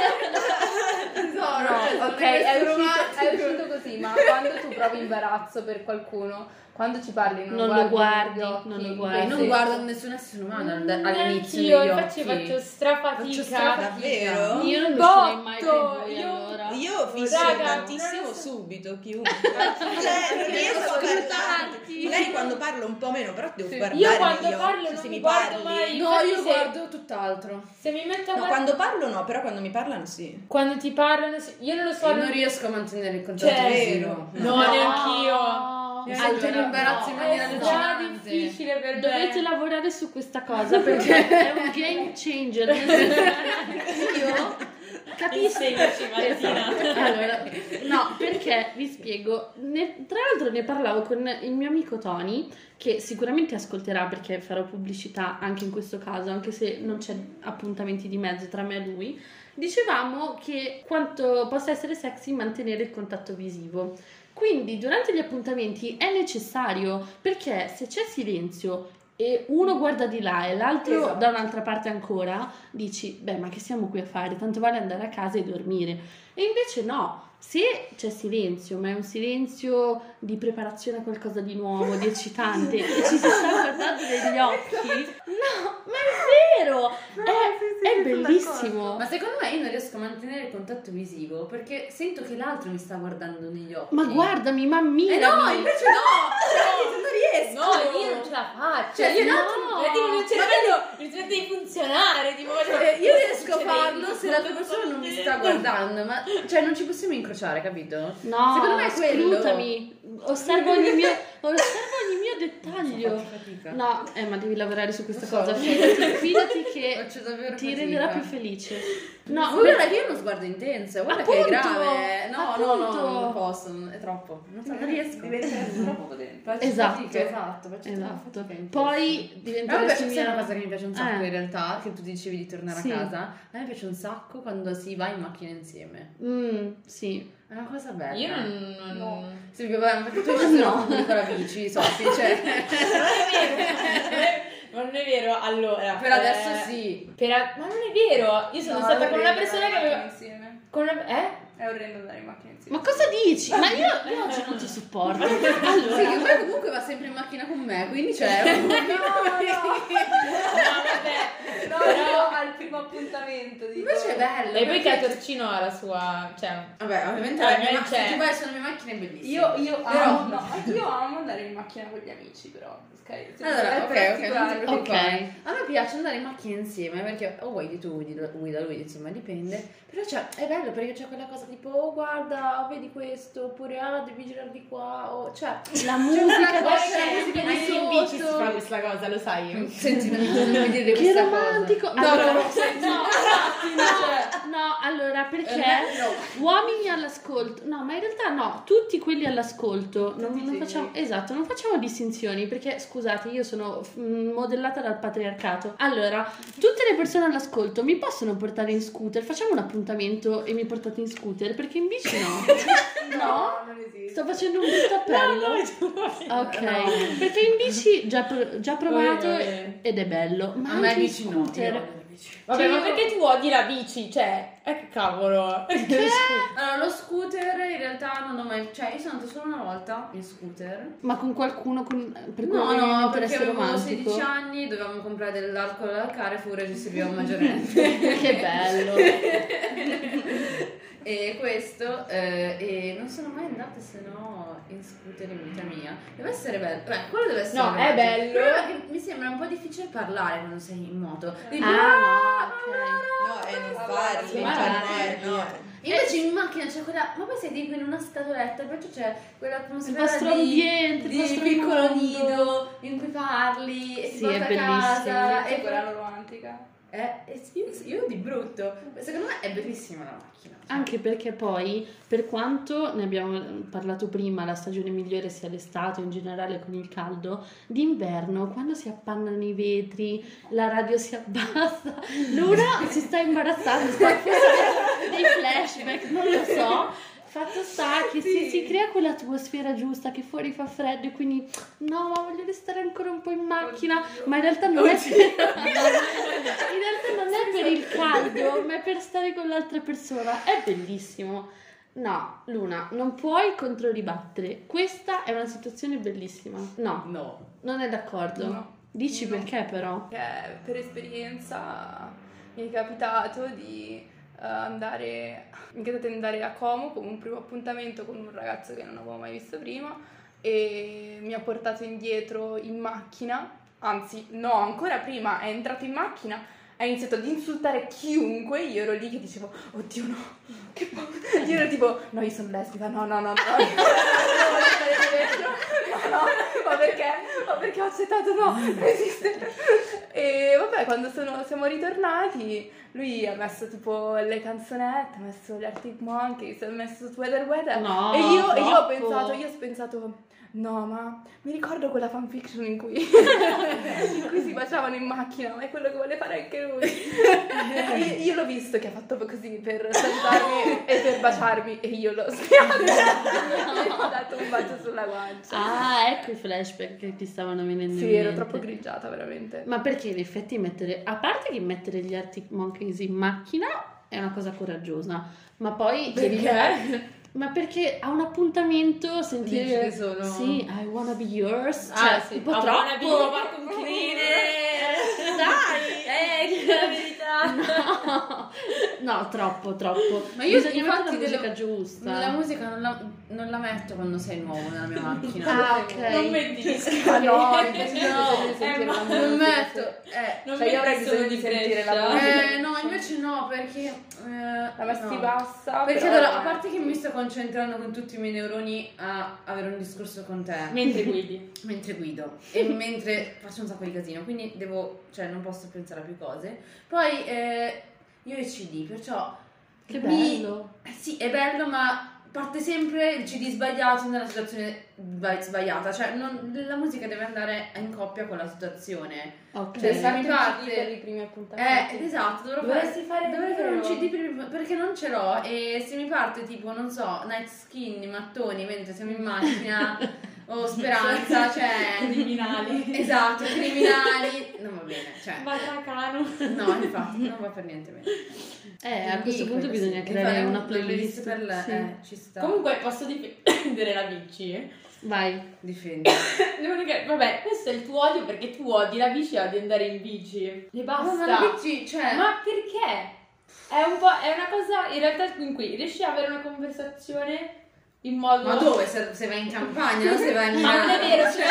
Speaker 4: Tesoro,
Speaker 6: ok, è uscito così, ma quando tu provi imbarazzo per qualcuno, quando ci parli
Speaker 5: Non lo guardi, non lo
Speaker 4: Io
Speaker 5: guardi.
Speaker 4: non guardo nessun essere umano all'inizio
Speaker 3: Io
Speaker 4: degli
Speaker 3: infatti
Speaker 4: occhi.
Speaker 3: faccio strafatica.
Speaker 7: Davvero?
Speaker 5: Io non uscirei mai con
Speaker 3: Botto,
Speaker 5: voi
Speaker 3: io-
Speaker 5: allora.
Speaker 7: Io fisso
Speaker 3: Raga,
Speaker 7: tantissimo
Speaker 3: non lo so.
Speaker 7: subito chiunque. Non riesco a parlare.
Speaker 5: Ascoltarti.
Speaker 7: Magari quando parlo un po' meno, però devo guardare
Speaker 3: Io quando
Speaker 7: negli
Speaker 3: parlo
Speaker 7: occhi,
Speaker 3: non
Speaker 7: se
Speaker 3: mi
Speaker 7: mi
Speaker 3: guardo
Speaker 7: parli.
Speaker 3: mai.
Speaker 4: No,
Speaker 3: Infatti
Speaker 4: io
Speaker 3: se-
Speaker 4: guardo tutt'altro.
Speaker 3: Se mi metto a
Speaker 7: No,
Speaker 3: parlare,
Speaker 7: quando parlo no, però quando mi parlano sì.
Speaker 3: quando ti parlano, io non lo so.
Speaker 4: Io non riesco a mantenere il contatto
Speaker 3: Cioè,
Speaker 4: visivo.
Speaker 3: no, neanch'io.
Speaker 4: Mi sento l'imbarazzo in maniera
Speaker 3: È stra
Speaker 4: allucinante.
Speaker 3: difficile per me.
Speaker 5: Dovete lavorare su questa cosa perché è un game changer. Nel senso che io capisco.
Speaker 3: Insegnaci, Martina.
Speaker 5: Allora, no, perché vi spiego. Tra l'altro ne parlavo con il mio amico Tony, che sicuramente ascolterà perché farò pubblicità anche in questo caso, anche se non c'è appuntamenti di mezzo tra me e lui. Dicevamo che quanto possa essere sexy mantenere il contatto visivo. Quindi durante gli appuntamenti è necessario, perché se c'è silenzio e uno guarda di là e l'altro da un'altra parte ancora, dici, beh, ma che siamo qui a fare? Tanto vale andare a casa e dormire. E invece no, se c'è silenzio, ma è un silenzio di preparazione a qualcosa di nuovo, di eccitante, e ci si sta guardando negli occhi, no, ma è vero, è bellissimo.
Speaker 4: Ma secondo me io non riesco a mantenere il contatto visivo perché sento che l'altro mi sta guardando negli occhi.
Speaker 5: Ma guardami, ma ammirami.
Speaker 4: no, invece no! Non riesco!
Speaker 3: No, io non ce la faccio.
Speaker 4: Cioè, io
Speaker 3: no.
Speaker 4: no.
Speaker 3: Tipo, il mio cervello smette di funzionare. Tipo,
Speaker 4: Io riesco a farlo se l'altra persona non mi sta guardando, ma cioè non ci possiamo incrociare, capito?
Speaker 5: No,
Speaker 4: Secondo me è quello.
Speaker 5: scrutami, osservo ogni mio dettaglio.
Speaker 4: Faccio fatica.
Speaker 5: No, ma devi lavorare su questa
Speaker 4: Lo so,
Speaker 5: cosa.
Speaker 4: lo so.
Speaker 5: Fidati che
Speaker 4: Faccio davvero
Speaker 5: ti
Speaker 4: fatica.
Speaker 5: renderà più felice.
Speaker 4: No,
Speaker 5: No,
Speaker 4: guarda che io ho uno sguardo intenso, guarda che è
Speaker 5: Appunto,
Speaker 4: grave. No,
Speaker 5: appunto.
Speaker 4: non posso, è troppo. Non so, non riesco.
Speaker 6: Diventa troppo potente.
Speaker 4: Faccio
Speaker 5: Esatto.
Speaker 4: fatica, esatto, faccio
Speaker 5: Esatto.
Speaker 4: fatica in
Speaker 5: Poi
Speaker 4: questo.
Speaker 5: diventerà
Speaker 4: A me piace, sai una cosa che mi piace un sacco
Speaker 5: Eh.
Speaker 4: in realtà, che tu dicevi di tornare
Speaker 5: Sì.
Speaker 4: a casa? A me piace un sacco quando si va in macchina insieme.
Speaker 5: sì.
Speaker 4: È una cosa bella.
Speaker 3: Io non...
Speaker 6: No.
Speaker 4: Sì, vabbè, perché tu sei no. con la bici, Sofì, cioè.
Speaker 3: Ma non è vero, allora.
Speaker 4: Per adesso sì.
Speaker 3: Ma non è vero. Io sono stata con una persona che aveva...
Speaker 6: insieme.
Speaker 3: Con una...
Speaker 6: È orrendo andare in macchina insieme.
Speaker 5: Ma cosa dici? Ma io oggi non ti sopporto.
Speaker 4: Sì,
Speaker 5: Allora,
Speaker 4: che poi comunque va sempre in macchina con me, quindi c'è
Speaker 3: No, vabbè.
Speaker 6: No, però al primo appuntamento dico.
Speaker 4: Invece è bello.
Speaker 3: E poi
Speaker 4: perché-
Speaker 3: che a Torcino ha la sua... Cioè...
Speaker 4: Vabbè, ovviamente
Speaker 3: Vabbè,
Speaker 4: la mia
Speaker 3: c'è.
Speaker 4: se tu vai sulla mia macchina è bellissima.
Speaker 6: Io
Speaker 4: Però-
Speaker 6: amo, no, io amo andare in macchina con gli amici, però.
Speaker 4: Allora,
Speaker 6: È
Speaker 4: ok,
Speaker 6: particolare.
Speaker 4: non ti preoccupare.
Speaker 5: Ok.
Speaker 4: A me piace andare in macchina insieme perché o guidi tu, guida lui, insomma, dipende. Però è bello perché c'è quella cosa tipo, oh guarda, vedi questo, oppure ah, devi girare di qua, o cioè
Speaker 5: la
Speaker 4: c'è
Speaker 5: musica
Speaker 4: una cosa,
Speaker 5: deve
Speaker 4: la musica di
Speaker 3: Anche in bici si
Speaker 4: sotto.
Speaker 3: fa questa cosa, lo sai.
Speaker 4: Senti, non mi dire
Speaker 5: Che
Speaker 4: questa
Speaker 5: romantico!
Speaker 4: cosa.
Speaker 5: Allora,
Speaker 4: no, senti,
Speaker 5: no, allora perché
Speaker 4: no.
Speaker 5: uomini all'ascolto, no, ma in realtà no, tutti quelli all'ascolto, non facciamo, esatto, non facciamo distinzioni perché scusate, io sono modellata dal patriarcato. Allora, tutte le persone all'ascolto mi possono portare in scooter, facciamo un appuntamento e mi portate in scooter perché in bici no. No?
Speaker 6: Non esiste.
Speaker 5: Sto facendo un brutto appello. Ok, perché in bici già provato
Speaker 3: Vabbè.
Speaker 5: ed è bello, ma
Speaker 4: A me
Speaker 5: anche in
Speaker 4: bici no,
Speaker 5: scooter.
Speaker 4: io odio le bici.
Speaker 3: Vabbè,
Speaker 5: Cioè,
Speaker 3: ma
Speaker 5: io-
Speaker 3: perché tu odi la bici? Cioè, che cavolo.
Speaker 4: Allora, lo scooter in realtà non ho mai, cioè io sono andata solo una volta in scooter.
Speaker 5: Ma con qualcuno per cui
Speaker 4: No,
Speaker 5: non
Speaker 4: no,
Speaker 5: interessa
Speaker 4: perché avevo
Speaker 5: romantico.
Speaker 4: 16 anni, dovevamo comprare dell'alcol al Carrefour e ci serviva un maggiorenne.
Speaker 5: Che bello.
Speaker 4: E questo, e non sono mai andata se no in scooter in vita mia. Deve essere bello. Beh, quello deve essere
Speaker 3: No, è bello.
Speaker 4: Però è che mi sembra un po' difficile parlare quando sei in moto. Devi-
Speaker 5: Ah, ok.
Speaker 7: No, non farli,
Speaker 3: Ma
Speaker 7: cioè,
Speaker 3: no.
Speaker 7: no.
Speaker 4: Invece in macchina c'è quella, ma poi sei tipo in una scatoletta, perciò c'è quell'atmosfera
Speaker 5: Il vostro ambiente, il
Speaker 4: di
Speaker 5: vostro
Speaker 4: piccolo
Speaker 5: mondo.
Speaker 4: nido in cui parli e
Speaker 5: Sì,
Speaker 4: ti porta
Speaker 5: è
Speaker 4: a
Speaker 5: bellissimo.
Speaker 4: casa.
Speaker 6: E
Speaker 4: E
Speaker 6: quella romantica.
Speaker 4: io di brutto. Secondo me è bellissima la macchina.
Speaker 5: Anche perché poi, per quanto ne abbiamo parlato prima, la stagione migliore sia l'estate o in generale con il caldo, d'inverno, quando si appannano i vetri, la radio si abbassa, Luna si sta imbarazzando, sta facendo dei flashback, non lo so, Fatto sta che si crea quell'atmosfera giusta, che fuori fa freddo e quindi no, ma voglio restare ancora un po' in macchina, ma in realtà non è per il caldo, ma è per stare con l'altra persona. È bellissimo. No, Luna, non puoi controribattere. Questa è una situazione bellissima. No. Non è d'accordo?
Speaker 6: No.
Speaker 5: Dici perché però?
Speaker 6: Perché per esperienza mi è capitato di andare a Como come un primo appuntamento con un ragazzo che non avevo mai visto prima e mi ha portato indietro in macchina, anzi no, ancora prima è entrato in macchina, ha iniziato ad insultare chiunque, io ero lì che dicevo oddio no, che paura, io ero tipo no, io sono lesbica, no, ma perché ho accettato, no, non esiste. E vabbè, quando siamo ritornati lui ha messo tipo le canzonette, ha messo gli Arctic Monkeys, ha messo Weather
Speaker 5: No,
Speaker 6: e io ho
Speaker 5: troppo.
Speaker 6: pensato no, ma mi ricordo quella fanfiction in cui si baciavano in macchina, ma è quello che vuole fare anche lui. Io l'ho visto che ha fatto così per salutarmi e per baciarmi e io l'ho spiato e ho dato un bacio sulla guancia.
Speaker 5: Ah, ecco i flashback che ti stavano venendo in
Speaker 6: Sì,
Speaker 5: mente.
Speaker 6: ero troppo grigiata veramente.
Speaker 5: Ma perché in effetti a parte che mettere gli Arctic Monkeys in macchina è una cosa coraggiosa, ma poi ma perché a un appuntamento sentire
Speaker 3: Dici che sono-
Speaker 5: sì, I wanna be yours, cioè
Speaker 3: sì.
Speaker 5: un po'
Speaker 3: I wanna be
Speaker 5: troppo.
Speaker 3: your vacuum cleaner. Dai, la verità.
Speaker 5: No, troppo.
Speaker 4: Ma io
Speaker 5: bisogna mettere
Speaker 4: infatti
Speaker 5: la musica giusta.
Speaker 4: La musica non la metto quando sei nuovo nella mia macchina.
Speaker 5: Ah, ok.
Speaker 3: Non metti dischi.
Speaker 6: No, invece
Speaker 4: No,
Speaker 6: bisogna sentire la musica.
Speaker 4: non metto.
Speaker 3: Non
Speaker 6: Cioè io avrei
Speaker 3: metti
Speaker 6: bisogno
Speaker 3: solo
Speaker 6: di sentire la
Speaker 3: Brescia.
Speaker 6: musica.
Speaker 4: No, invece no, perché
Speaker 6: La messi
Speaker 4: no.
Speaker 6: bassa.
Speaker 4: Perché
Speaker 6: però-
Speaker 4: allora, a parte che mi sto concentrando con tutti i miei neuroni a avere un discorso con te
Speaker 3: Mentre guidi.
Speaker 4: mentre guido e mentre faccio un sacco di casino, quindi non posso pensare a più cose. Poi io ho il CD, perciò
Speaker 5: Che bello.
Speaker 4: sì, è bello, ma parte sempre il CD sbagliato nella situazione sbagliata, cioè la musica deve andare in coppia con la situazione.
Speaker 5: Ok.
Speaker 4: Cioè, se mi
Speaker 6: per
Speaker 4: parte
Speaker 6: i primi appuntamenti.
Speaker 4: esatto,
Speaker 6: Dovresti fare
Speaker 4: dovrei fare un
Speaker 6: vero.
Speaker 4: CD perché non ce l'ho e se mi parte tipo, non so, Night Skin, i mattoni mentre siamo in macchina o Speranza, cioè
Speaker 3: Criminali.
Speaker 4: esatto, criminali, non va bene, cioè
Speaker 3: Batacano.
Speaker 4: no, infatti non va per niente bene.
Speaker 5: A questo
Speaker 4: Quindi,
Speaker 5: punto bisogna
Speaker 4: sì,
Speaker 5: creare
Speaker 4: fare
Speaker 5: una playlist
Speaker 4: per
Speaker 5: sì.
Speaker 4: ci sta.
Speaker 3: Comunque posso difendere la bici?
Speaker 5: Vai.
Speaker 4: Difendi.
Speaker 3: Vabbè, questo è il tuo odio perché tu odi la bici e odi andare in bici. E basta.
Speaker 4: Ma la bici, cioè
Speaker 3: Ma perché? È una cosa in realtà in cui riesci a avere una conversazione in modo...
Speaker 4: ma dove? Se vai in campagna, non se vai in
Speaker 3: Ma non è vero,
Speaker 4: cioè,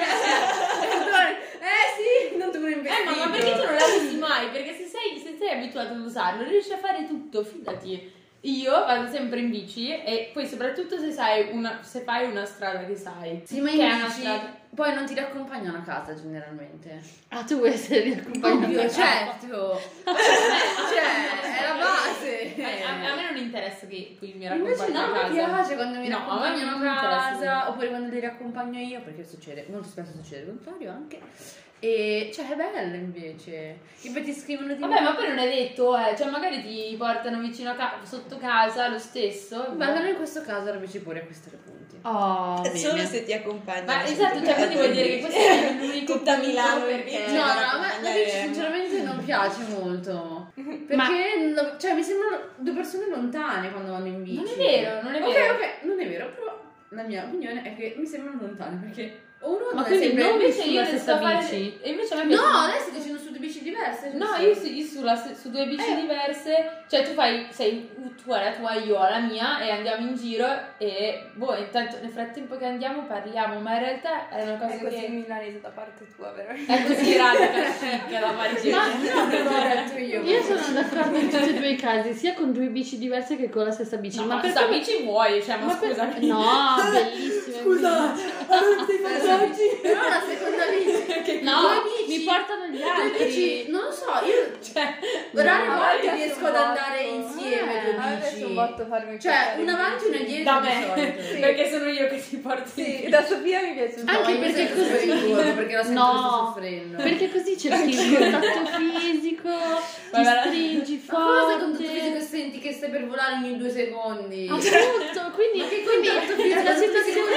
Speaker 4: sì, non dovrei investire.
Speaker 3: ma perché tu non la usi mai? Perché se sei abituato ad usarlo, riesci a fare tutto, fidati. Io vado sempre in bici e poi soprattutto se fai una strada che sai.
Speaker 4: Sì, ma
Speaker 3: che
Speaker 4: in
Speaker 3: è una
Speaker 4: bici
Speaker 3: strada...
Speaker 4: poi non ti riaccompagnano a casa generalmente.
Speaker 5: Ah, tu vuoi essere riaccompagnato?
Speaker 4: Ovvio, certo. Cioè, è la base.
Speaker 3: A me non interessa che poi mi
Speaker 4: Invece
Speaker 3: raccompagni
Speaker 4: no,
Speaker 3: a casa.
Speaker 4: mi piace quando mi
Speaker 3: No, a me
Speaker 4: raccompagnano
Speaker 3: non
Speaker 4: a
Speaker 3: interessa.
Speaker 4: casa, oppure quando li riaccompagno io, perché succede, molto spesso succede il contrario anche. E cioè è bello invece. E poi ti scrivono di
Speaker 3: Vabbè, ma poi non è detto, cioè magari ti portano vicino sotto casa lo stesso.
Speaker 4: ma allora in questo caso la bici può riacquistare punti.
Speaker 5: Oh,
Speaker 7: Solo
Speaker 5: bene.
Speaker 7: se ti accompagna.
Speaker 3: Ma esatto, cioè quindi vuol dire che questo è l'unico
Speaker 7: Tutta
Speaker 3: punto
Speaker 7: Milano
Speaker 3: perché...
Speaker 7: in bici.
Speaker 4: No, a me la bici sinceramente non piace molto. Perché cioè mi sembrano due persone lontane quando vanno in bici.
Speaker 3: Non è vero, non è vero.
Speaker 4: Ok, non è vero, però la mia opinione è che mi sembrano lontane perché uno
Speaker 5: Ma
Speaker 4: non è
Speaker 5: quindi
Speaker 4: sempre
Speaker 5: non
Speaker 3: Invece io
Speaker 5: sulla
Speaker 3: ne
Speaker 5: stessa
Speaker 3: sto a fare...
Speaker 5: bici?
Speaker 3: E invece a me piace...
Speaker 4: No, lei sta dicendo su due bici diverse.
Speaker 3: No,
Speaker 4: giusto?
Speaker 3: io su due bici diverse, cioè tu hai la tua, io ho la mia e andiamo in giro e intanto nel frattempo che andiamo parliamo, ma in realtà è una cosa
Speaker 6: È così
Speaker 3: che...
Speaker 6: milanese da parte tua, veramente.
Speaker 3: È così radica chic da parte
Speaker 5: Ma
Speaker 4: Non l'ho detto
Speaker 5: io sono d'accordo in tutti e due i casi, sia con due bici diverse che con la stessa bici.
Speaker 3: No,
Speaker 5: ma
Speaker 3: ma
Speaker 5: per
Speaker 3: questa bici muoio, cioè ma scusa.
Speaker 5: No, bellissimo.
Speaker 3: Scusa, allora sei passaggi.
Speaker 4: Però la seconda bici.
Speaker 5: No,
Speaker 4: Due bici.
Speaker 5: mi portano gli
Speaker 4: Due
Speaker 5: altri.
Speaker 4: bici, non lo so, io
Speaker 3: Cioè,
Speaker 4: rare
Speaker 6: No,
Speaker 4: volte
Speaker 6: ma
Speaker 4: riesco ad andare insieme
Speaker 6: a me
Speaker 4: due
Speaker 6: piace
Speaker 4: bici.
Speaker 6: un botto farmi
Speaker 4: Cioè,
Speaker 6: portare
Speaker 4: una
Speaker 6: in
Speaker 4: avanti e una
Speaker 6: bici.
Speaker 4: dietro
Speaker 3: da
Speaker 4: di
Speaker 3: me,
Speaker 4: solito.
Speaker 3: perché sono io che ti porti
Speaker 6: Sì, da Sofia mi piace un
Speaker 5: Anche
Speaker 6: po'.
Speaker 5: perché
Speaker 4: super
Speaker 5: così
Speaker 4: incontro, perché la sento che sta soffrendo.
Speaker 5: perché così cerchi il contatto fisico, ti stringi
Speaker 4: Ma cosa con tutto
Speaker 5: forte.
Speaker 4: fisico e senti che stai per volare ogni 2 secondi?
Speaker 5: Appunto, quindi
Speaker 4: Ma che contatto fisico?
Speaker 5: è una situazione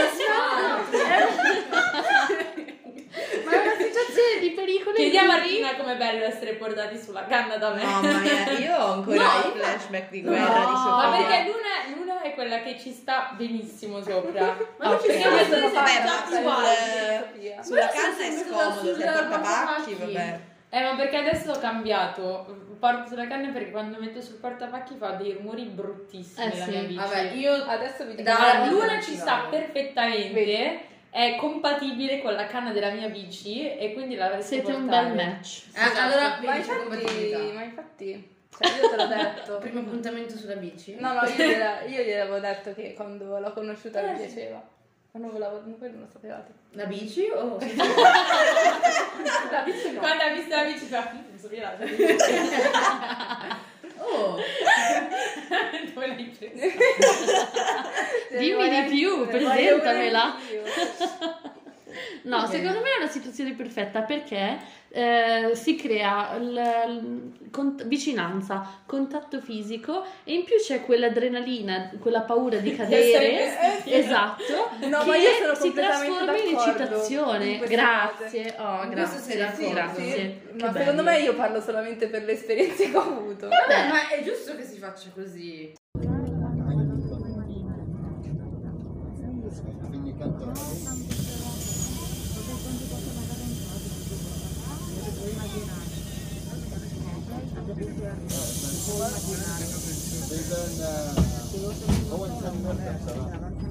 Speaker 5: ma è una situazione di pericolo. in
Speaker 3: Chiediamo a
Speaker 5: cui-
Speaker 3: Rina com'è bello essere portati sulla canna da me.
Speaker 7: Mamma mia, io ho ancora i flashback di guerra di
Speaker 3: Ma
Speaker 7: Sofia.
Speaker 3: perché Luna è quella che ci sta benissimo sopra.
Speaker 4: Ma non ci
Speaker 3: perché
Speaker 4: sta,
Speaker 3: questo
Speaker 4: sono
Speaker 3: è
Speaker 7: Vabbè, ma
Speaker 3: tutti uguali.
Speaker 6: Sofia.
Speaker 7: sulla
Speaker 4: Ma
Speaker 7: canna è
Speaker 4: sono
Speaker 7: scomodo,
Speaker 4: sul
Speaker 7: se il portapacchi,
Speaker 4: portapacchi.
Speaker 7: vabbè.
Speaker 3: Ma perché adesso ho cambiato. Porto sulla canna perché quando metto sul portapacchi fa dei rumori bruttissimi la
Speaker 5: sì.
Speaker 3: mia bici.
Speaker 4: Vabbè, io
Speaker 6: Adesso vi dico
Speaker 4: Da-
Speaker 3: Allora,
Speaker 4: Luna
Speaker 3: l'una
Speaker 4: ci
Speaker 3: ci sta
Speaker 4: vado.
Speaker 3: perfettamente,
Speaker 6: Vedi?
Speaker 3: è compatibile con la canna della mia bici e quindi la resto
Speaker 5: Siete un
Speaker 3: portare.
Speaker 5: bel match.
Speaker 4: allora
Speaker 6: Ma
Speaker 4: vedi, c'è compatibilità.
Speaker 6: infatti, cioè io te l'ho detto.
Speaker 4: Primo appuntamento sulla bici?
Speaker 6: No, io gli avevo detto che quando l'ho conosciuta mi piaceva. Ma non voi non lo sapevate.
Speaker 4: La bici o
Speaker 6: La bici no.
Speaker 3: Quando ha visto la bici fa, non so più
Speaker 4: Oh,
Speaker 3: dove l'hai presa?
Speaker 5: Dimmi di più,
Speaker 6: Voglio
Speaker 5: presentamela.
Speaker 6: volere io.
Speaker 5: No, secondo me è una situazione perfetta perché si crea vicinanza, contatto fisico e in più c'è quell'adrenalina, quella paura di cadere, esatto,
Speaker 6: No, ma
Speaker 5: che
Speaker 6: io sono
Speaker 5: si
Speaker 6: completamente
Speaker 5: trasforma in
Speaker 6: d'accordo
Speaker 5: eccitazione.
Speaker 6: in queste
Speaker 5: Grazie, oh,
Speaker 4: In questo sei
Speaker 5: grazie,
Speaker 4: d'accordo?
Speaker 5: grazie. Che
Speaker 6: Ma
Speaker 5: bello.
Speaker 6: secondo me io parlo solamente per le esperienze che ho avuto.
Speaker 4: vabbè, ma è giusto che si faccia così.
Speaker 1: Quindi canto. إذا هو إنسان مرتب صراحة.